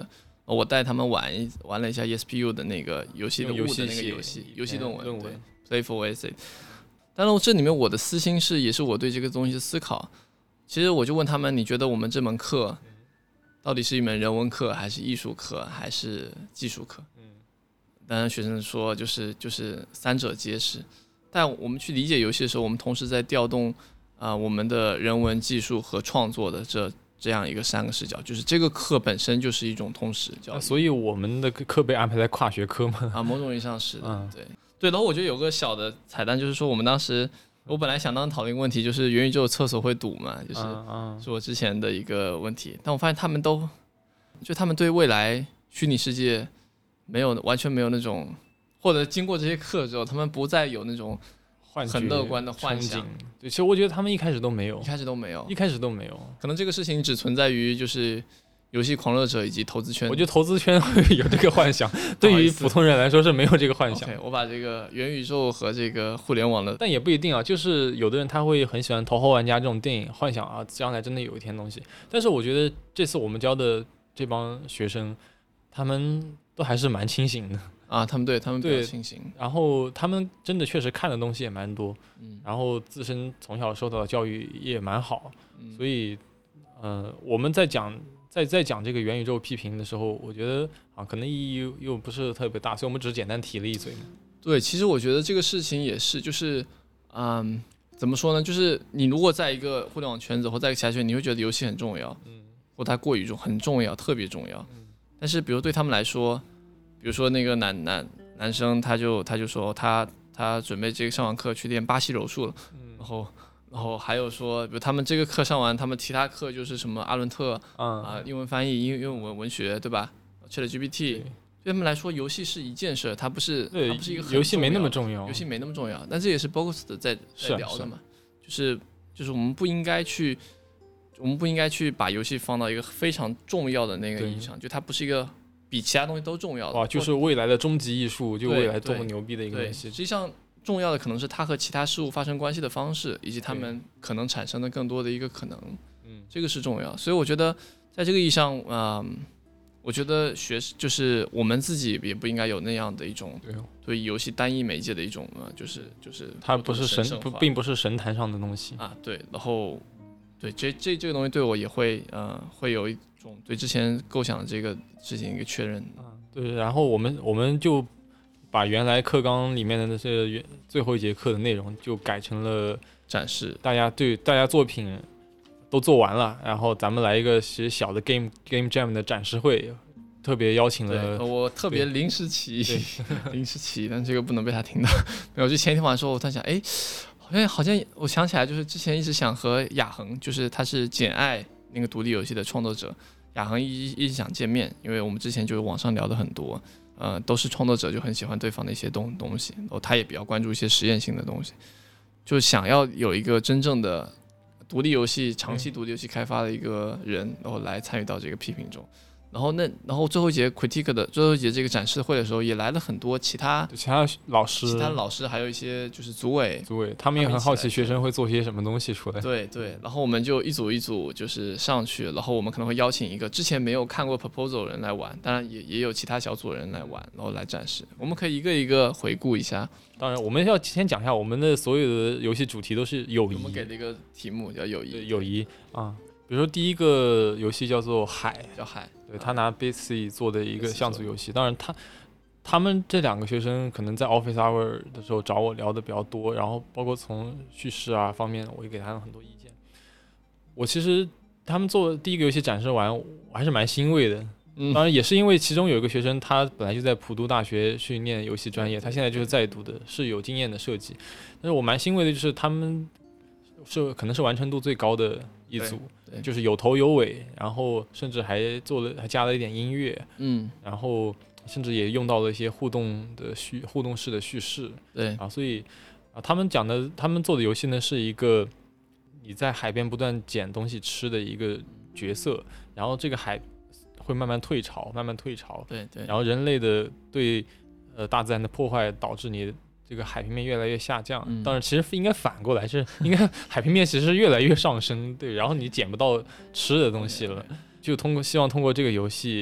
我带他们玩了一下 ESPU 的那个游戏的物的那个游戏论文，对 Playful Essay。当然这里面我的私心也是我对这个东西的思考。其实我就问他们，你觉得我们这门课到底是一门人文课，还是艺术课，还是技术课？当然学生说就是三者皆是。但我们去理解游戏的时候，我们同时在调动我们的人文、技术和创作的这样一个3个视角，就是这个课本身就是一种通识教育。 所以我们的课被安排在跨学科吗？ 某种意义上是的，对。然后我觉得有个小的彩蛋，就是说我们当时我本来想讨论一个问题，就是元宇宙厕所会堵嘛，是我之前的一个问题。但我发现他们对未来虚拟世界完全没有那种。或者经过这些课之后，他们不再有那种很乐观的幻想。 对，其实我觉得他们一开始都没有，可能这个事情只存在于就是游戏狂热者以及投资圈。 我觉得投资圈会有这个幻想，对于普通人来说是没有这个幻想。 我把这个元宇宙和这个互联网的， 但也不一定啊。就是有的人他会很喜欢《头号玩家》这种电影，幻想将来真的有一天东西。但是我觉得这次我们教的这帮学生，他们都还是蛮清醒的。 他们比较清醒， 然后他们真的确实看的东西也蛮多，然后自身从小受到的教育也蛮好，所以我们在讲这个元宇宙批评的时候，我觉得可能意义又不是特别大，所以我们只是简单提了一嘴。 对，其实我觉得这个事情也是，就是怎么说呢？就是你如果在一个互联网圈子或在一个其他圈，你会觉得游戏很重要，或它过于很重要，特别重要。但是比如对他们来说，比如说那个男生他就说他准备这个上完课去练巴西柔术了，然后还有说，比如他们这个课上完，他们其他课就是什么阿伦特英文翻译、英文文学，对吧 ？ChatGPT， 对他们来说，游戏是一件事，它不是一个很游戏没那么重要， 但这也是 Bogus 在聊的嘛，就是我们不应该去把游戏放到一个非常重要的那个意义上，就它不是一个比其他东西都重要的。 就是未来的终极艺术，就未来多么牛逼的一个东西。 实际上，重要的可能是它和其他事物发生关系的方式，以及它们可能产生的更多的一个可能。这个是重要。所以我觉得，在这个意义上，我觉得就是我们自己也不应该有那样的一种对游戏单一媒介的一种就是它不是并不是神坛上的东西对，然后对这个东西对我也会有一种对之前构想的这个事情一个确认对，然后我们就把原来课纲里面的这最后一节课的内容就改成了展示， 大家作品都做完了，然后咱们来一个其实小的 Game Jam 的展示会，特别邀请了我特别临时起意，但这个不能被他听到。没有，就前一天晚上说，我突然想，好像我想起来，就是之前一直想和雅恒，就是他是简爱那个独立游戏的创作者，雅恒一直想见面，因为我们之前就是网上聊的很多，都是创作者，就很喜欢对方的一些东西，然后他也比较关注一些实验性的东西，就想要有一个真正的独立游戏长期独立游戏开发的一个人，然后来参与到这个批评中。然后最后一节 critique 的最后一节这个展示会的时候，也来了很多其他老师，还有一些就是组委， 他们也很好奇学生会做些什么东西出来。 对，然后我们就一组一组就是上去，然后我们可能会邀请一个之前没有看过 proposal 的人来玩，当然也有其他小组的人来玩，然后来展示。我们可以一个一个回顾一下。 当然，我们要先讲一下我们的所有的游戏主题都是友谊。 我们给了一个题目叫友谊。 友谊啊。比如说第一个游戏叫做海，对，他拿 BC 做的一个像素游戏。当然他们这两个学生可能在 Office Hour 的时候找我聊的比较多，然后包括从叙事方面，我也给他们很多意见。我其实他们做第一个游戏展示完，我还是蛮欣慰的。当然也是因为其中有一个学生，他本来就在普渡大学去念游戏专业，他现在就是在读的，是有经验的设计。但是我蛮欣慰的就是他们可能是完成度最高的一组，就是有头有尾，然后甚至还加了一点音乐，然后甚至也用到了一些互动式的叙事， 对所以他们做的游戏呢是一个你在海边不断捡东西吃的一个角色，然后这个海会慢慢退潮， 对， 然后人类的对大自然的破坏导致你这个海平面越来越下降，当然其实应该反过来，是应该海平面其实是越来越上升，对，然后你捡不到吃的东西了，就希望通过这个游戏，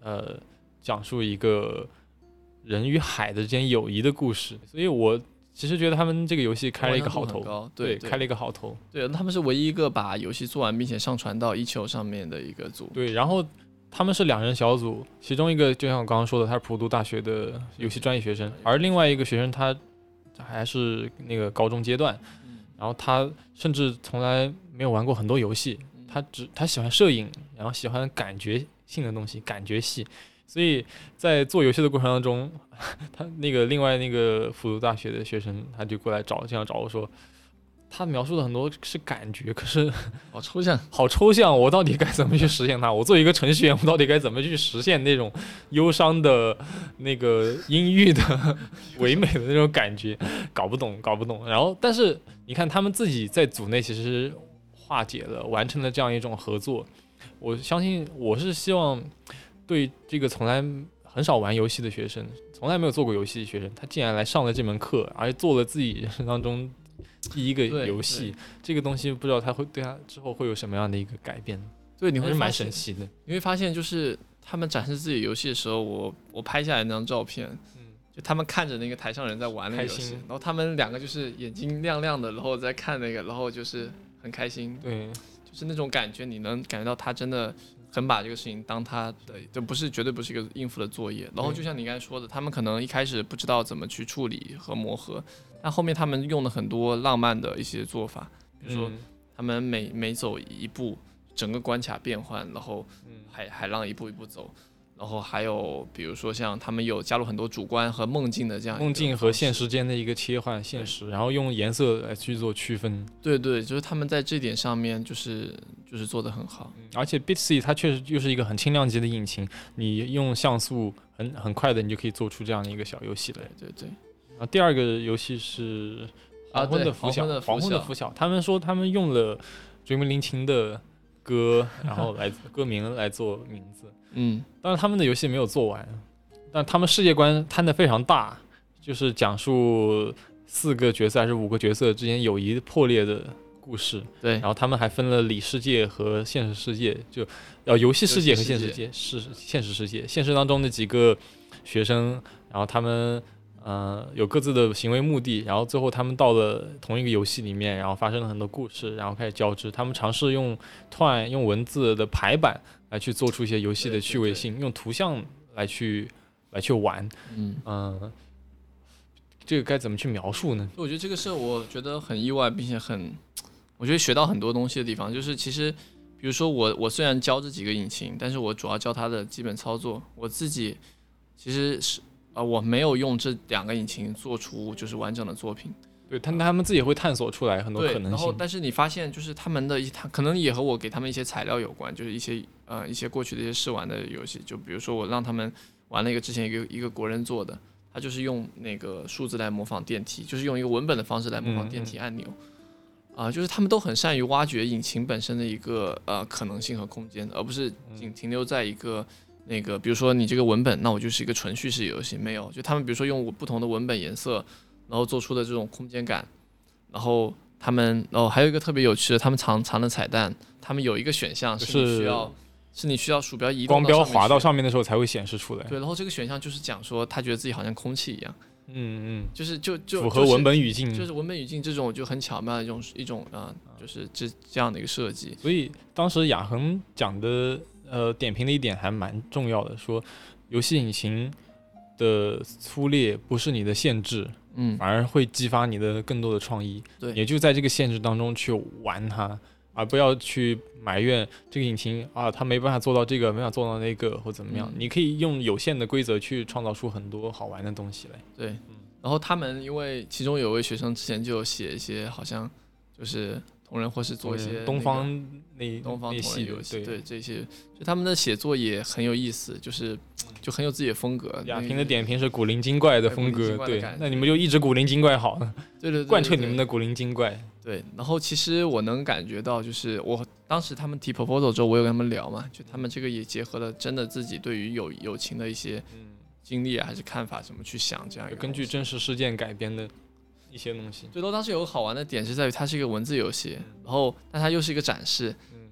讲述一个人与海的之间友谊的故事，所以我其实觉得他们这个游戏开了一个好头， 对， 开了一个好头。 对，他们是唯一一个把游戏做完并且上传到1球上面的一个组。 对，然后他们是2人小组，其中一个就像我刚刚说的，他是普渡大学的游戏专业学生，而另外一个学生他还是那个高中阶段，然后他甚至从来没有玩过很多游戏，他喜欢摄影，然后喜欢感觉性的东西，感觉戏。所以在做游戏的过程当中，他另外那个复读大学的学生，他就过来这样找我说，他描述的很多是感觉，可是好抽象， 好抽象，我到底该怎么去实现它？我作为一个程序员，我到底该怎么去实现那种忧伤的、那个阴郁的、唯美的那种感觉？搞不懂。然后，但是你看，他们自己在组内其实化解了，完成了这样一种合作。我相信，我是希望对这个从来很少玩游戏的学生，从来没有做过游戏的学生，他竟然来上了这门课，而且做了自己人生当中第一个游戏，这个东西不知道他会对他之后会有什么样的一个改变。 对，你会蛮神奇的。 你会发现，就是他们展示自己游戏的时候，我拍下来那张照片，就他们看着那个台上人在玩那个游戏，然后他们2个就是眼睛亮亮的，然后在看那个，然后就是很开心。 对， 就是那种感觉，你能感觉到他真的很把这个事情当他的，这绝对不是一个应付的作业。然后就像你刚才说的，他们可能一开始不知道怎么去处理和磨合，但后面他们用了很多浪漫的一些做法，比如说他们每走一步，整个关卡变换，然后海浪一步一步走。然后还有比如说像他们有加入很多主观和梦境的这样梦境和现实间的一个切换，现实，然后用颜色来去做区分。 对，就是他们在这点上面就是做得很好。 而且 Bitsy 它确实就是一个很轻量级的引擎，你用像素很快的，你就可以做出这样的一个小游戏来。 对。 然后第二个游戏是黄昏的拂晓，黄昏的拂晓。他们说他们用了追名林檎的歌，然后歌名来做名字。当然他们的游戏没有做完，但他们世界观摊得非常大，就是讲述4个角色还是5个角色之间友谊破裂的故事。 对， 然后他们还分了里世界和现实世界，就游戏世界和现实世界是现实世界。现实当中的几个学生，然后他们有各自的行为目的，然后最后他们到了同一个游戏里面，然后发生了很多故事，然后开始交织。他们尝试用文字的排版来去做出一些游戏的趣味性，用图像来去玩。这个该怎么去描述呢？ 我觉得这个是我觉得很意外，并且我觉得学到很多东西的地方。就是其实比如说我虽然教这几个引擎，但是我主要教它的基本操作。我自己其实是我没有用这2个引擎做出就是完整的作品。 对，他们自己会探索出来很多可能性。 然后但是你发现就是他可能也和我给他们一些材料有关，就是一些过去的一些试玩的游戏。就比如说我让他们玩了一个之前一个国人做的，他就是用那个数字来模仿电梯，就是用一个文本的方式来模仿电梯按钮。就是他们都很善于挖掘引擎本身的一个可能性和空间，而不是仅停留在一个那个，比如说你这个文本，那我就是一个纯叙事游戏。没有，就他们比如说用不同的文本颜色，然后做出的这种空间感。然后还有一个特别有趣的，他们藏的彩蛋，他们有一个选项是你需要鼠标移动光标滑到上面的时候才会显示出来。 对，然后这个选项就是讲说他觉得自己好像空气一样。就是符合文本语境， 就是文本语境这种就很巧妙的一种就是这样的一个设计。 所以当时雅恒讲的点评的一点还蛮重要的，说游戏引擎的粗劣不是你的限制，反而会激发你的更多的创意。 对， 也就在这个限制当中去玩它，而不要去埋怨这个引擎它没办法做到这个，没办法做到那个或怎么样。你可以用有限的规则去创造出很多好玩的东西来。 对，然后他们因为其中有位学生之前就有写一些好像就是同人或是做一些东方同人游戏，对这些，就他们的写作也很有意思，就很有自己的风格。 雅婷的点评是古灵精怪的风格，对，那你们就一直古灵精怪好了， 对， 贯彻你们的古灵精怪。 对，然后其实我能感觉到，就是我当时他们提 proposal 之后，我有跟他们聊嘛，就他们这个也结合了真的自己对于友情的一些经历还是看法，怎么去想这样一个， 根据真实事件改编的一些东西。 最多当时有个好玩的点是在于它是一个文字游戏，然后但它又是一个展示，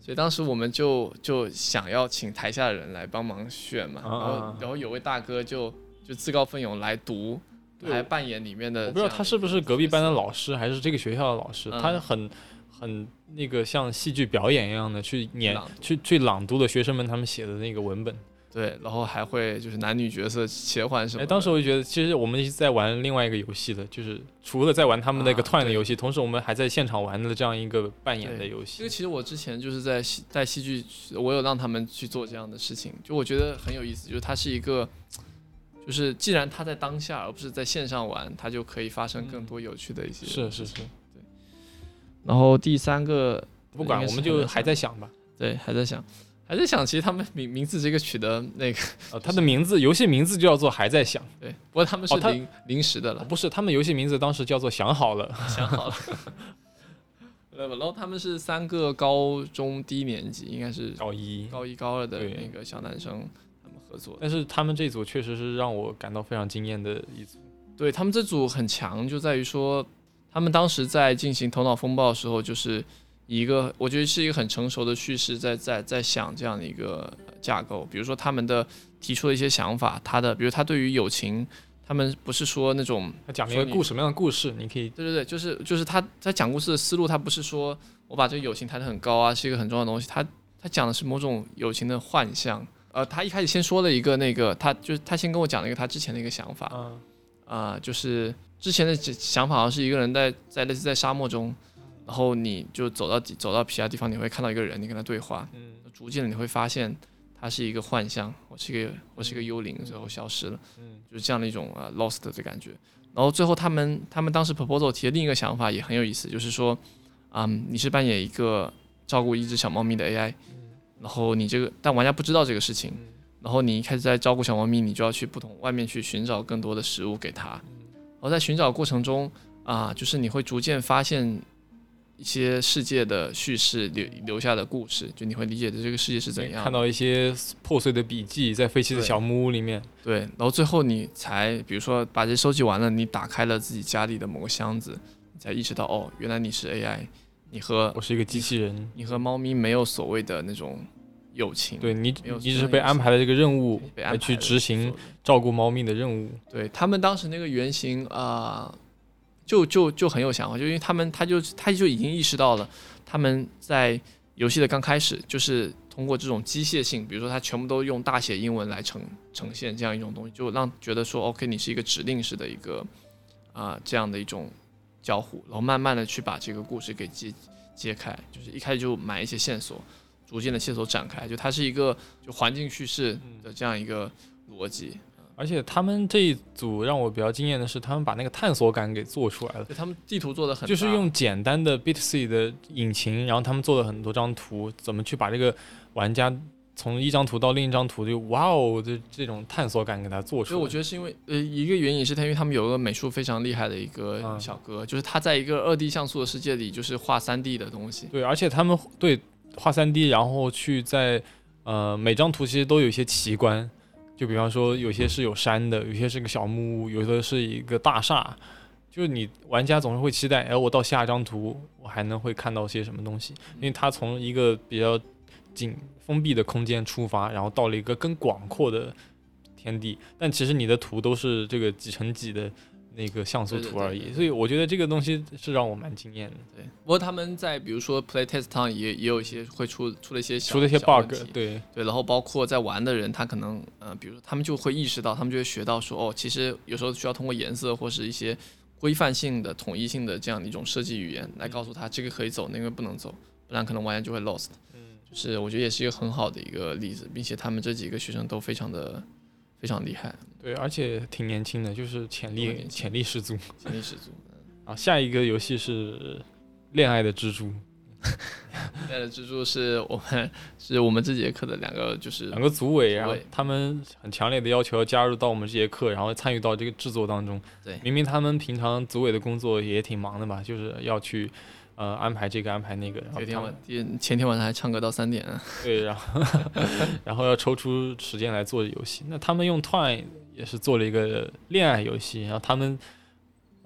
所以当时我们就想要请台下的人来帮忙选嘛，然后有位大哥就自告奋勇来读，来扮演里面的。 我不知道他是不是隔壁班的老师，还是这个学校的老师，他很那个像戏剧表演一样的去朗读的学生们他们写的那个文本。 对，然后还会就是男女角色切换什么的。 当时我就觉得，其实我们一直在玩另外一个游戏的，就是除了在玩他们那个团的游戏，同时我们还在现场玩的这样一个扮演的游戏。 这个其实我之前就是在戏剧，我有让他们去做这样的事情，就我觉得很有意思，就是它是一个，就是既然它在当下，而不是在线上玩，它就可以发生更多有趣的一些。 是。对。 然后第三个， 不管，我们就还在想吧。 对，还在想。其实他们名字这个取得那个， 他的名字游戏名字就叫做还在想。 对，不过他们是临时的了。 不是，他们游戏名字当时叫做想好了。 想好了。然后他们是3个高中低年级，应该是高一高二的那个小男生他们合作。 但是他们这组确实是让我感到非常惊艳的一组。 对，他们这组很强，就在于说他们当时在进行头脑风暴的时候，就是我觉得是一个很成熟的叙事在想这样的一个架构。比如说他们的提出的一些想法，比如他对于友情，他们不是说那种他讲了一个什么样的故事，你可以对，就是他在讲故事的思路，他不是说我把这个友情抬得很高啊，是一个很重要的东西。他讲的是某种友情的幻象。他一开始先说了一个那个，他先跟我讲了一个他之前的一个想法，就是之前的想法好像是一个人在类似在沙漠中。然后你就走到其他地方，你会看到一个人，你跟他对话，逐渐的你会发现他是一个幻象，我是一个幽灵，最后消失了，就是这样的一种lost 的感觉。然后最后他们当时 proposal 提的另一个想法也很有意思，就是说，你是扮演一个照顾一只小猫咪的 AI，然后但玩家不知道这个事情，然后你一开始在照顾小猫咪，你就要去外面去寻找更多的食物给它，然后在寻找过程中就是你会逐渐发现一些世界的叙事留下的故事，就你会理解的这个世界是怎样， 看到一些破碎的笔记在废弃的小木屋里面。 对，然后最后你才比如说把这些收集完了，你打开了自己家里的某个箱子，你才意识到原来你是 AI， 我是一个机器人， 你和猫咪没有所谓的那种友情。 对，你只是被安排了这个任务来去执行照顾猫咪的任务。 对，他们当时那个原型就很有想法，就因为他就已经意识到了，他们在游戏的刚开始就是通过这种机械性，比如说他全部都用大写英文来呈现这样一种东西，就让觉得说 OK 你是一个指令式的一个这样的一种交互，然后慢慢的去把这个故事给揭开，就是一开始就埋一些线索，逐渐的线索展开，就它是一个就环境叙事的这样一个逻辑。 而且他们这一组让我比较惊艳的是，他们把那个探索感给做出来了。 他们地图做得很大， 就是用简单的 Bitsy 的引擎，然后他们做了很多张图，怎么去把这个玩家从一张图到另一张图，就哇哦的这种探索感给他做出来。 所以我觉得是因为一个原因是因为他们有个美术非常厉害的一个小哥，就是他在一个2D 像素的世界里，就是画3D 的东西。 对，而且他们画3D，然后去在每张图其实都有一些奇观。就比方说有些是有山的，有些是个小木屋，有的是一个大厦，就是你玩家总是会期待，我到下一张图我还能会看到些什么东西，因为它从一个比较封闭的空间出发，然后到了一个更广阔的天地，但其实你的图都是这个几乘几的那个像素图而已，所以我觉得这个东西是让我蛮惊艳的。 对，不过他们在比如说 playtest 上也有一些会出了一些 bug， 对， 然后包括在玩的人，他可能比如说他们就会意识到，他们就会学到说其实有时候需要通过颜色或是一些规范性的、统一性的这样的一种设计语言来告诉他这个可以走，那个不能走，不然可能玩家就会 lost。就是我觉得也是一个很好的一个例子，并且他们这几个学生都非常厉害。对， 而且挺年轻的，就是潜力十足。 潜力十足。 下一个游戏是《恋爱的蜘蛛》。 恋爱的蜘蛛是我们这节课的两个组委，然后他们很强烈的要求要加入到我们这节课，然后参与到这个制作当中。 对， 明明他们平常组委的工作也挺忙的吧，就是要去安排这个安排那个。 前天晚上还唱歌到3点。 对，然后要抽出时间来做游戏。那他们用 Twine 也是做了一个恋爱游戏，然后他们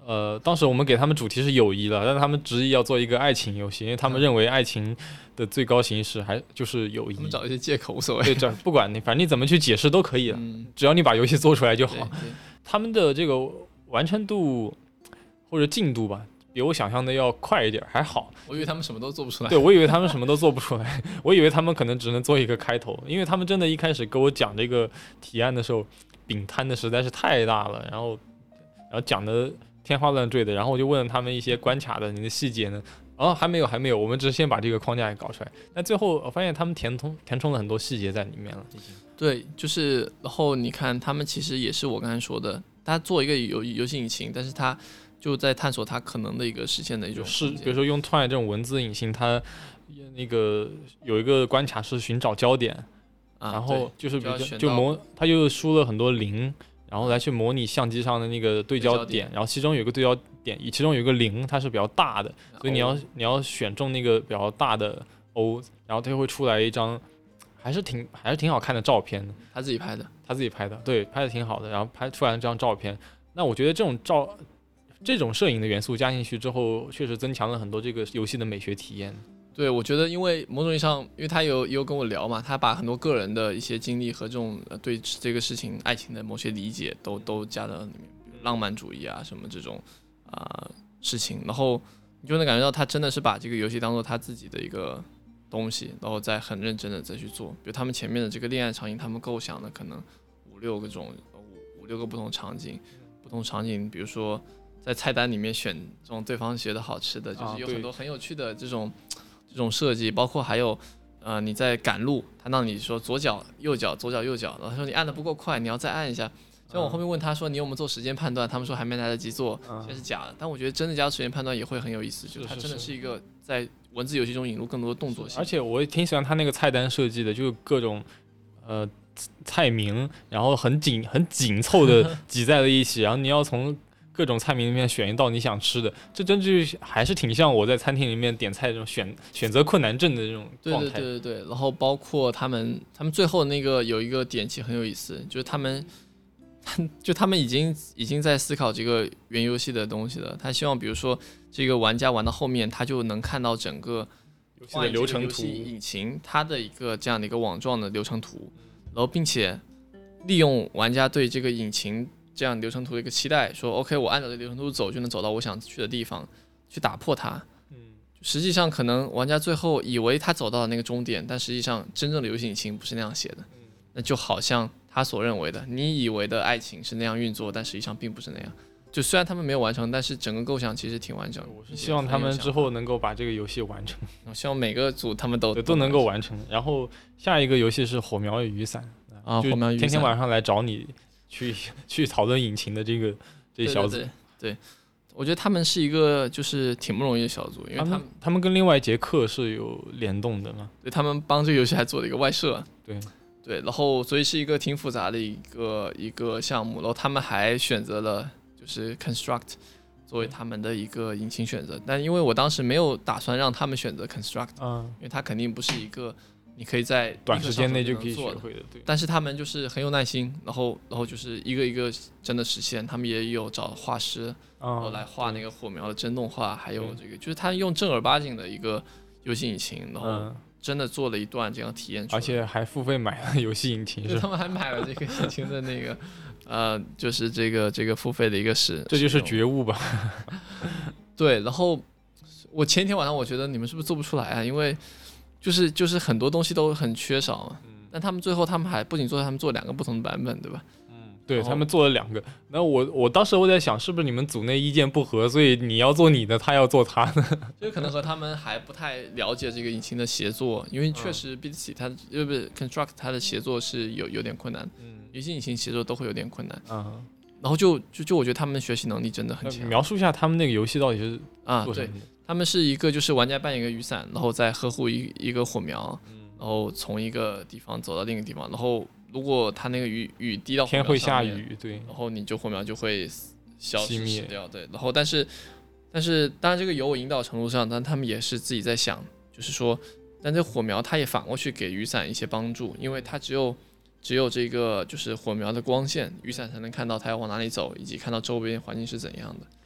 当时我们给他们主题是友谊了，但是他们执意要做一个爱情游戏，因为他们认为爱情的最高形式还就是友谊。 他们找一些借口无所谓。 对，这不管你，反正你怎么去解释都可以了，只要你把游戏做出来就好。他们的这个完成度或者进度吧，比我想象的要快一点，还好。 我以为他们什么都做不出来。 对，我以为他们什么都做不出来，我以为他们可能只能做一个开头，因为他们真的一开始跟我讲这个提案的时候，饼摊的实在是太大了，然后讲的天花乱坠的，然后我就问了他们一些关卡的你的细节呢，还没有，我们只是先把这个框架给搞出来，但最后我发现他们填充了很多细节在里面了，已经。 对，就是然后你看他们其实也是我刚才说的，他做一个游戏引擎，但是他就在探索它可能的一个实现的一种是，比如说用 Twine 这种文字引擎，它那个有一个关卡是寻找焦点，然后就是它又输了很多零。然后来去模拟相机上的那个对焦点，然后其中有一个对焦点，其中有一个零，它是比较大的，所以你要选中那个比较大的 O， 然后它就会出来一张还是挺好看的照片的。 他自己拍的， 对，拍的挺好的，然后拍出来这张照片。那我觉得这种摄影的元素加进去之后，确实增强了很多这个游戏的美学体验。 对，我觉得因为某种意义上，因为他有跟我聊嘛，他把很多个人的一些经历和这种对这个事情爱情的某些理解都加到里面，比如浪漫主义啊什么这种事情，然后你就能感觉到他真的是把这个游戏当做他自己的一个东西，然后再很认真的再去做。比如他们前面的这个恋爱场景，他们构想的可能五六个不同场景，比如说在菜单里面选这种对方觉得好吃的，就是有很多很有趣的这种设计，包括还有你在赶路，他让你说左脚右脚，然后他说你按的不够快，你要再按一下。所以我后面问他说你有没有做时间判断，他们说还没来得及做，现在是假的。但我觉得真的加时间判断也会很有意思，就是它真的是一个在文字游戏中引入更多的动作性。 而且我也挺喜欢他那个菜单设计的，就各种菜名，然后很紧凑的挤在了一起，然后你要从各种菜名里面选一道你想吃的，这真就还是挺像我在餐厅里面点菜这种选择困难症的这种状态。 对。然后包括他们最后那个有一个点其实很有意思，就是他们已经在思考这个原游戏的东西了。他希望比如说这个玩家玩到后面，他就能看到整个游戏的流程图， 游戏引擎它的一个这样的一个网状的流程图，然后并且利用玩家对这个引擎这样流程图的一个期待，说 OK 我按照这个流程图走就能走到我想去的地方，去打破它。实际上可能玩家最后以为他走到了那个终点，但实际上真正的游戏引擎不是那样写的。那就好像他所认为的，你以为的爱情是那样运作，但实际上并不是那样。就虽然他们没有完成，但是整个构想其实挺完整的。 我是希望他们之后能够把这个游戏完成。 我希望每个组他们都能够完成。然后下一个游戏是火苗与雨伞啊，火苗与雨伞， 天天晚上来找你去讨论引擎的这小组。 对，我觉得他们是一个就是挺不容易的小组，因为他们跟另外一节课是有联动的嘛？ 对，他们帮这个游戏还做了一个外设。 对， 然后所以是一个挺复杂的一个项目，然后他们还选择了就是 Construct 作为他们的一个引擎选择，但因为我当时没有打算让他们选择 Construct，因为它肯定不是一个你可以在短时间内就可以学会的。对， 但是他们就是很有耐心，然后就是一个一个真的实现，他们也有找画师，然后来画那个火苗的真动画，还有这个就是他用正儿八经的一个游戏引擎，然后真的做了一段这样体验出来， 而且还付费买了游戏引擎， 他们还买了这个引擎的那个就是这个付费的一个这就是觉悟吧。 对，然后我前一天晚上我觉得你们是不是做不出来啊？因为就是很多东西都很缺少嘛。但他们最后他们还不仅做，他们做2个不同的版本，对吧？ 对，他们做了2个。那我当时我在想，是不是你们组内意见不合，所以你要做你的，他要做他的？ 就可能和他们还不太了解这个引擎的协作，因为确实 BTC 它不是 Construct 它的协作是有点困难，游戏引擎协作都会有点困难。然后就我觉得他们学习能力真的很强。 描述一下他们那个游戏到底是做什么的？ 对，他们是一个就是玩家扮演一个雨伞，然后再呵护一个火苗，然后从一个地方走到另一个地方，然后如果它那个雨滴到火苗上面， 天会下雨，对， 然后火苗就会消失熄掉，对。然后但是当然这个有我引导程度上，但他们也是自己在想，就是说，但这火苗它也反过去给雨伞一些帮助，因为它只有这个就是火苗的光线，雨伞才能看到它要往哪里走，以及看到周边环境是怎样的。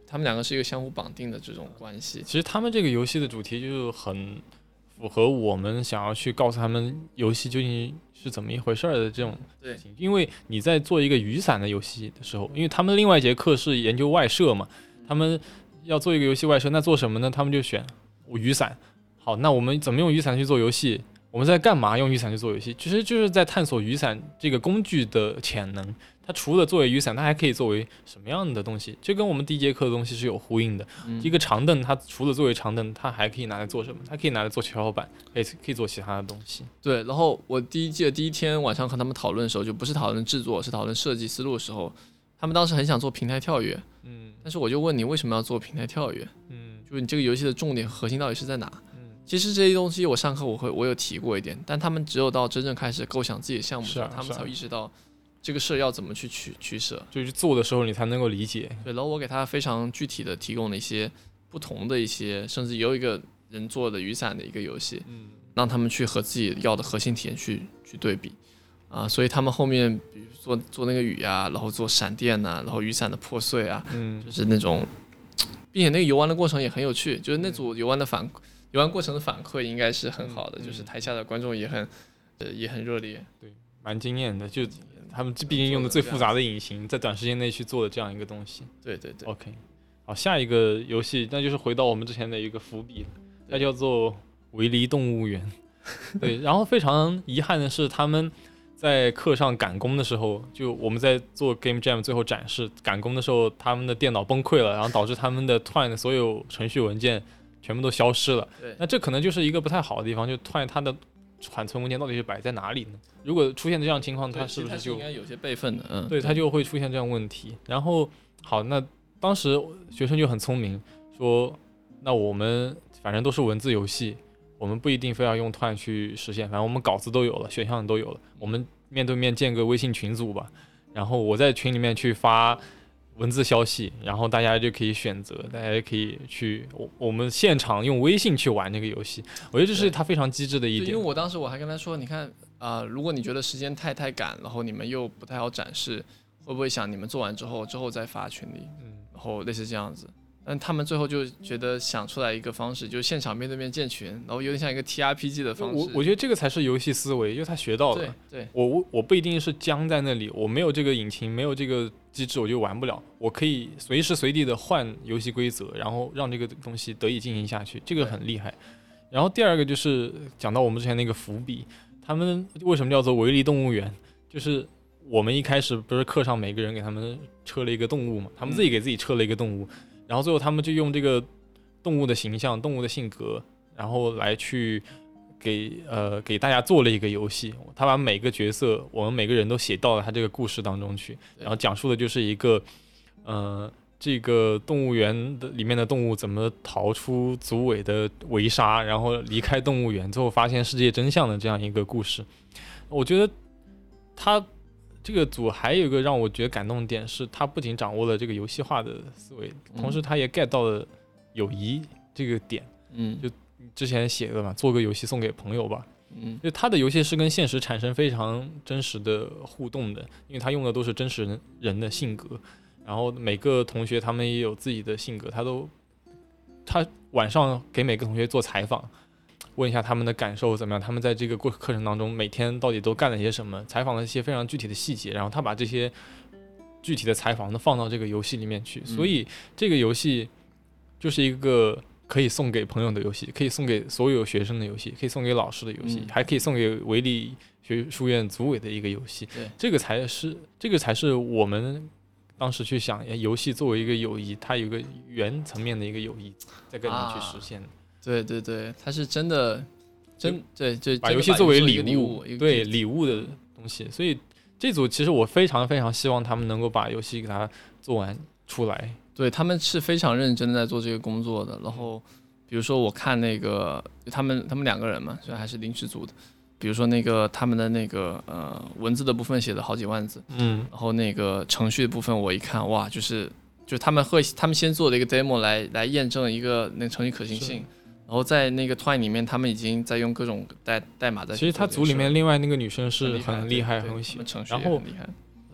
他们两个是一个相互绑定的这种关系。 其实他们这个游戏的主题就是很符合我们想要去告诉他们游戏究竟是怎么一回事的这种事情。因为你在做一个雨伞的游戏的时候，因为他们另外一节课是研究外设嘛，他们要做一个游戏外设，那做什么呢？他们就选雨伞。好，那我们怎么用雨伞去做游戏？我们在干嘛用雨伞去做游戏？其实就是在探索雨伞这个工具的潜能。它除了作为雨伞，它还可以作为什么样的东西？这跟我们第一节课的东西是有呼应的。一个长凳，它除了作为长凳，它还可以拿来做什么？它可以拿来做跷跷板，可以做其他的东西。 对，然后我记得第一天晚上和他们讨论的时候，就不是讨论制作，是讨论设计思路的时候，他们当时很想做平台跳跃，但是我就问你为什么要做平台跳跃？就是你这个游戏的重点和核心到底是在哪？其实这些东西我上课我有提过一点，但他们只有到真正开始构想自己的项目时，他们才意识到这个事要怎么去取舍， 就是做的时候你才能够理解。 对，然后我给他非常具体的提供了一些不同的一些，甚至有一个人做的雨伞的一个游戏，让他们去和自己要的核心体验去对比啊，所以他们后面比如做那个雨啊，然后做闪电啊，然后雨伞的破碎啊，就是那种，并且那个游玩的过程也很有趣，就是那组游玩过程的反馈应该是很好的，就是台下的观众也很热烈， 对，蛮惊艳的，就他们毕竟用的最复杂的引擎，在短时间内去做的这样一个东西。 对对对。 OK， 好，下一个游戏那就是回到我们之前的一个伏笔，它叫做维尼动物园。对，然后非常遗憾的是，他们在课上赶工的时候，就我们在做 Game Jam 最后展示赶工的时候，他们的电脑崩溃了，然后导致他们的 Twine 的所有程序文件全部都消失了。那这可能就是一个不太好的地方，就Twine它的缓存文件到底是摆在哪里呢？如果出现这样情况，它是不是就应该有些备份的？ 对，它就会出现这样问题。然后好，那当时学生就很聪明，说那我们反正都是文字游戏，我们不一定非要用Twine去实现，反正我们稿子都有了，选项都有了，我们面对面建个微信群组吧，然后我在群里面去发文字消息，然后大家就可以选择，大家可以去我们现场用微信去玩这个游戏。我觉得这是他非常机智的一点。 因为我当时我还跟他说，你看如果你觉得时间太赶，然后你们又不太好展示，会不会想你们做完之后再发群里，然后类似这样子。但他们最后就觉得想出来一个方式，就是现场面对面建群，然后有点像一个 TRPG 的方式。 我觉得这个才是游戏思维，因为他学到了。 对， 我不一定是僵在那里，我没有这个引擎，没有这个机制，我就玩不了。我可以随时随地的换游戏规则，然后让这个东西得以进行下去，这个很厉害。然后第二个就是讲到我们之前那个伏笔，他们为什么叫做维尼动物园？就是我们一开始不是课上每个人给他们车了一个动物嘛，他们自己给自己车了一个动物。然后最后他们就用这个动物的形象、动物的性格，然后来去给大家做了一个游戏。他把每个角色，我们每个人都写到了他这个故事当中去，然后讲述的就是一个这个动物园的里面的动物怎么逃出组委的围杀，然后离开动物园，最后发现世界真相的这样一个故事。我觉得他这个组还有一个让我觉得感动的点是，他不仅掌握了这个游戏化的思维，同时他也 get 到了友谊这个点。就之前写的嘛，做个游戏送给朋友吧。就他的游戏是跟现实产生非常真实的互动的，因为他用的都是真实人的性格，然后每个同学他们也有自己的性格，他晚上给每个同学做采访。问一下他们的感受怎么样，他们在这个课程当中每天到底都干了些什么，采访了一些非常具体的细节，然后他把这些具体的采访都放到这个游戏里面去，所以这个游戏就是一个可以送给朋友的游戏，可以送给所有学生的游戏，可以送给老师的游戏，还可以送给维尼学术院组委的一个游戏。这个才是我们当时去想，游戏作为一个友谊，它有一个原层面的一个友谊在跟你去实现。 对对对，它是真的，对， 把游戏作为礼物，对礼物的东西。所以这组其实我非常非常希望他们能够把游戏给它做完出来。 对，他们是非常认真的在做这个工作的。然后比如说我看那个他们两个人嘛，虽然还是临时组的。比如说那个他们的那个文字的部分写了好几万字，然后那个程序的部分我一看，哇，就是他们先做了一个 demo 来验证一个那个程序可行性。然后在那个 Twine 里面，他们已经在用各种代码在。 其实他组里面另外那个女生是很厉害，很喜欢。然后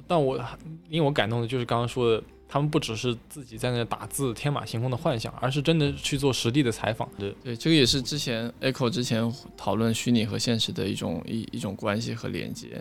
但令我感动的就是刚刚说的，他们不只是自己在那打字天马行空的幻想，而是真的去做实地的采访。 对，这个也是之前 Echo 之前讨论虚拟和现实的一种关系和连接，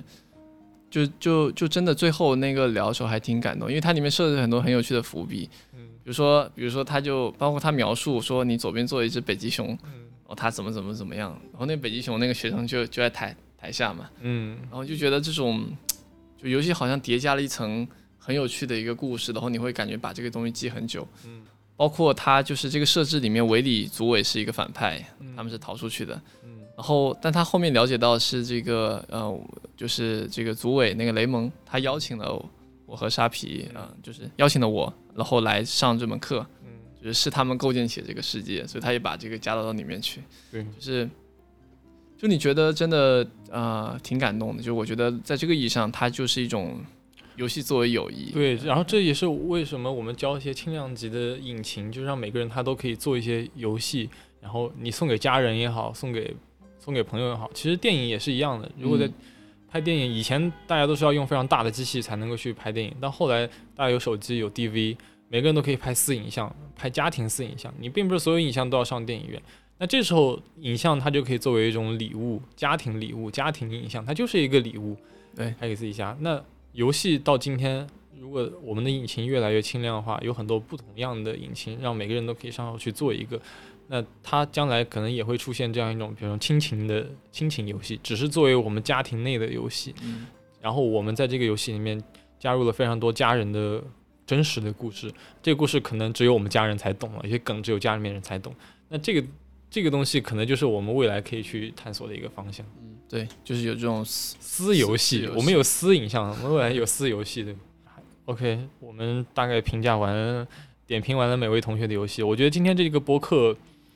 就真的最后那个聊的时候还挺感动，因为它里面设置很多很有趣的伏笔，比如说他就包括他描述说你左边坐了一只北极熊，他怎么样，然后那北极熊那个学生就在台下嘛，然后就觉得这种就游戏好像叠加了一层很有趣的一个故事，然后你会感觉把这个东西记很久，包括他就是这个设置里面维里祖伟是一个反派，他们是逃出去的，然后但他后面了解到是这个就是这个祖伟那个雷蒙他邀请了我和沙皮就是邀请了我，然后来上这门课，就是他们构建起这个世界，所以他也把这个加到里面去， 对， 就你觉得真的挺感动的，就我觉得在这个意义上，它就是一种游戏作为友谊。 对，然后这也是为什么我们教一些轻量级的引擎，就让每个人他都可以做一些游戏，然后你送给家人也好，送给朋友也好，其实电影也是一样的。如果在拍电影，以前大家都是要用非常大的机器才能够去拍电影，但后来大家有手机有 DV， 每个人都可以拍私影像，拍家庭私影像，你并不是所有影像都要上电影院。那这时候影像它就可以作为一种礼物，家庭礼物，家庭影像它就是一个礼物， 对， 拍给自己家。那游戏到今天，如果我们的引擎越来越轻量化，有很多不同样的引擎，让每个人都可以上手去做一个，那它将来可能也会出现这样一种，比如说亲情游戏，只是作为我们家庭内的游戏，然后我们在这个游戏里面加入了非常多家人的真实的故事，这个故事可能只有我们家人才懂了，有些梗只有家里面人才懂，那这个东西可能就是我们未来可以去探索的一个方向。 对，就是有这种私游戏，我们有私影像，我们未来有私游戏的。OK， 我们大概点评完了每位同学的游戏。我觉得今天这个播客，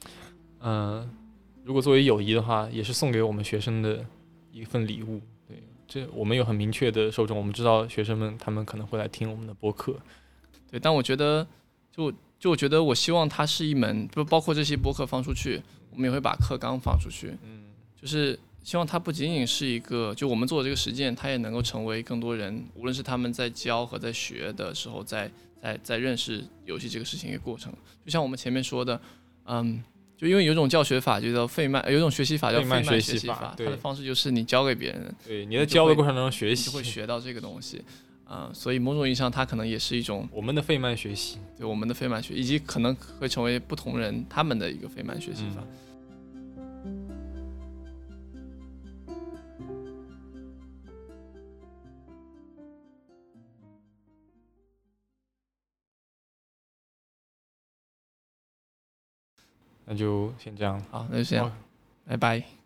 如果作为友谊的话，也是送给我们学生的一份礼物。对，这我们有很明确的受众，我们知道学生们他们可能会来听我们的播客。 对，但我觉得就我觉得我希望它是一门，就包括这些播客放出去，我们也会把课纲放出去，就是希望它不仅仅是一个，就我们做的这个实践，它也能够成为更多人，无论是他们在教和在学的时候，在认识游戏这个事情一个过程。就像我们前面说的，就因为有一种教学法就叫费曼，有一种学习法叫费曼学习法，它的方式就是你教给别人， 对，你在教的过程中学习， 你就会学到这个东西。所以某种意义上，它可能也是一种我们的费曼学习， 对我们的费曼学，以及可能会成为不同人他们的一个费曼学习法。 那就先这样。 好，那就这样，拜拜。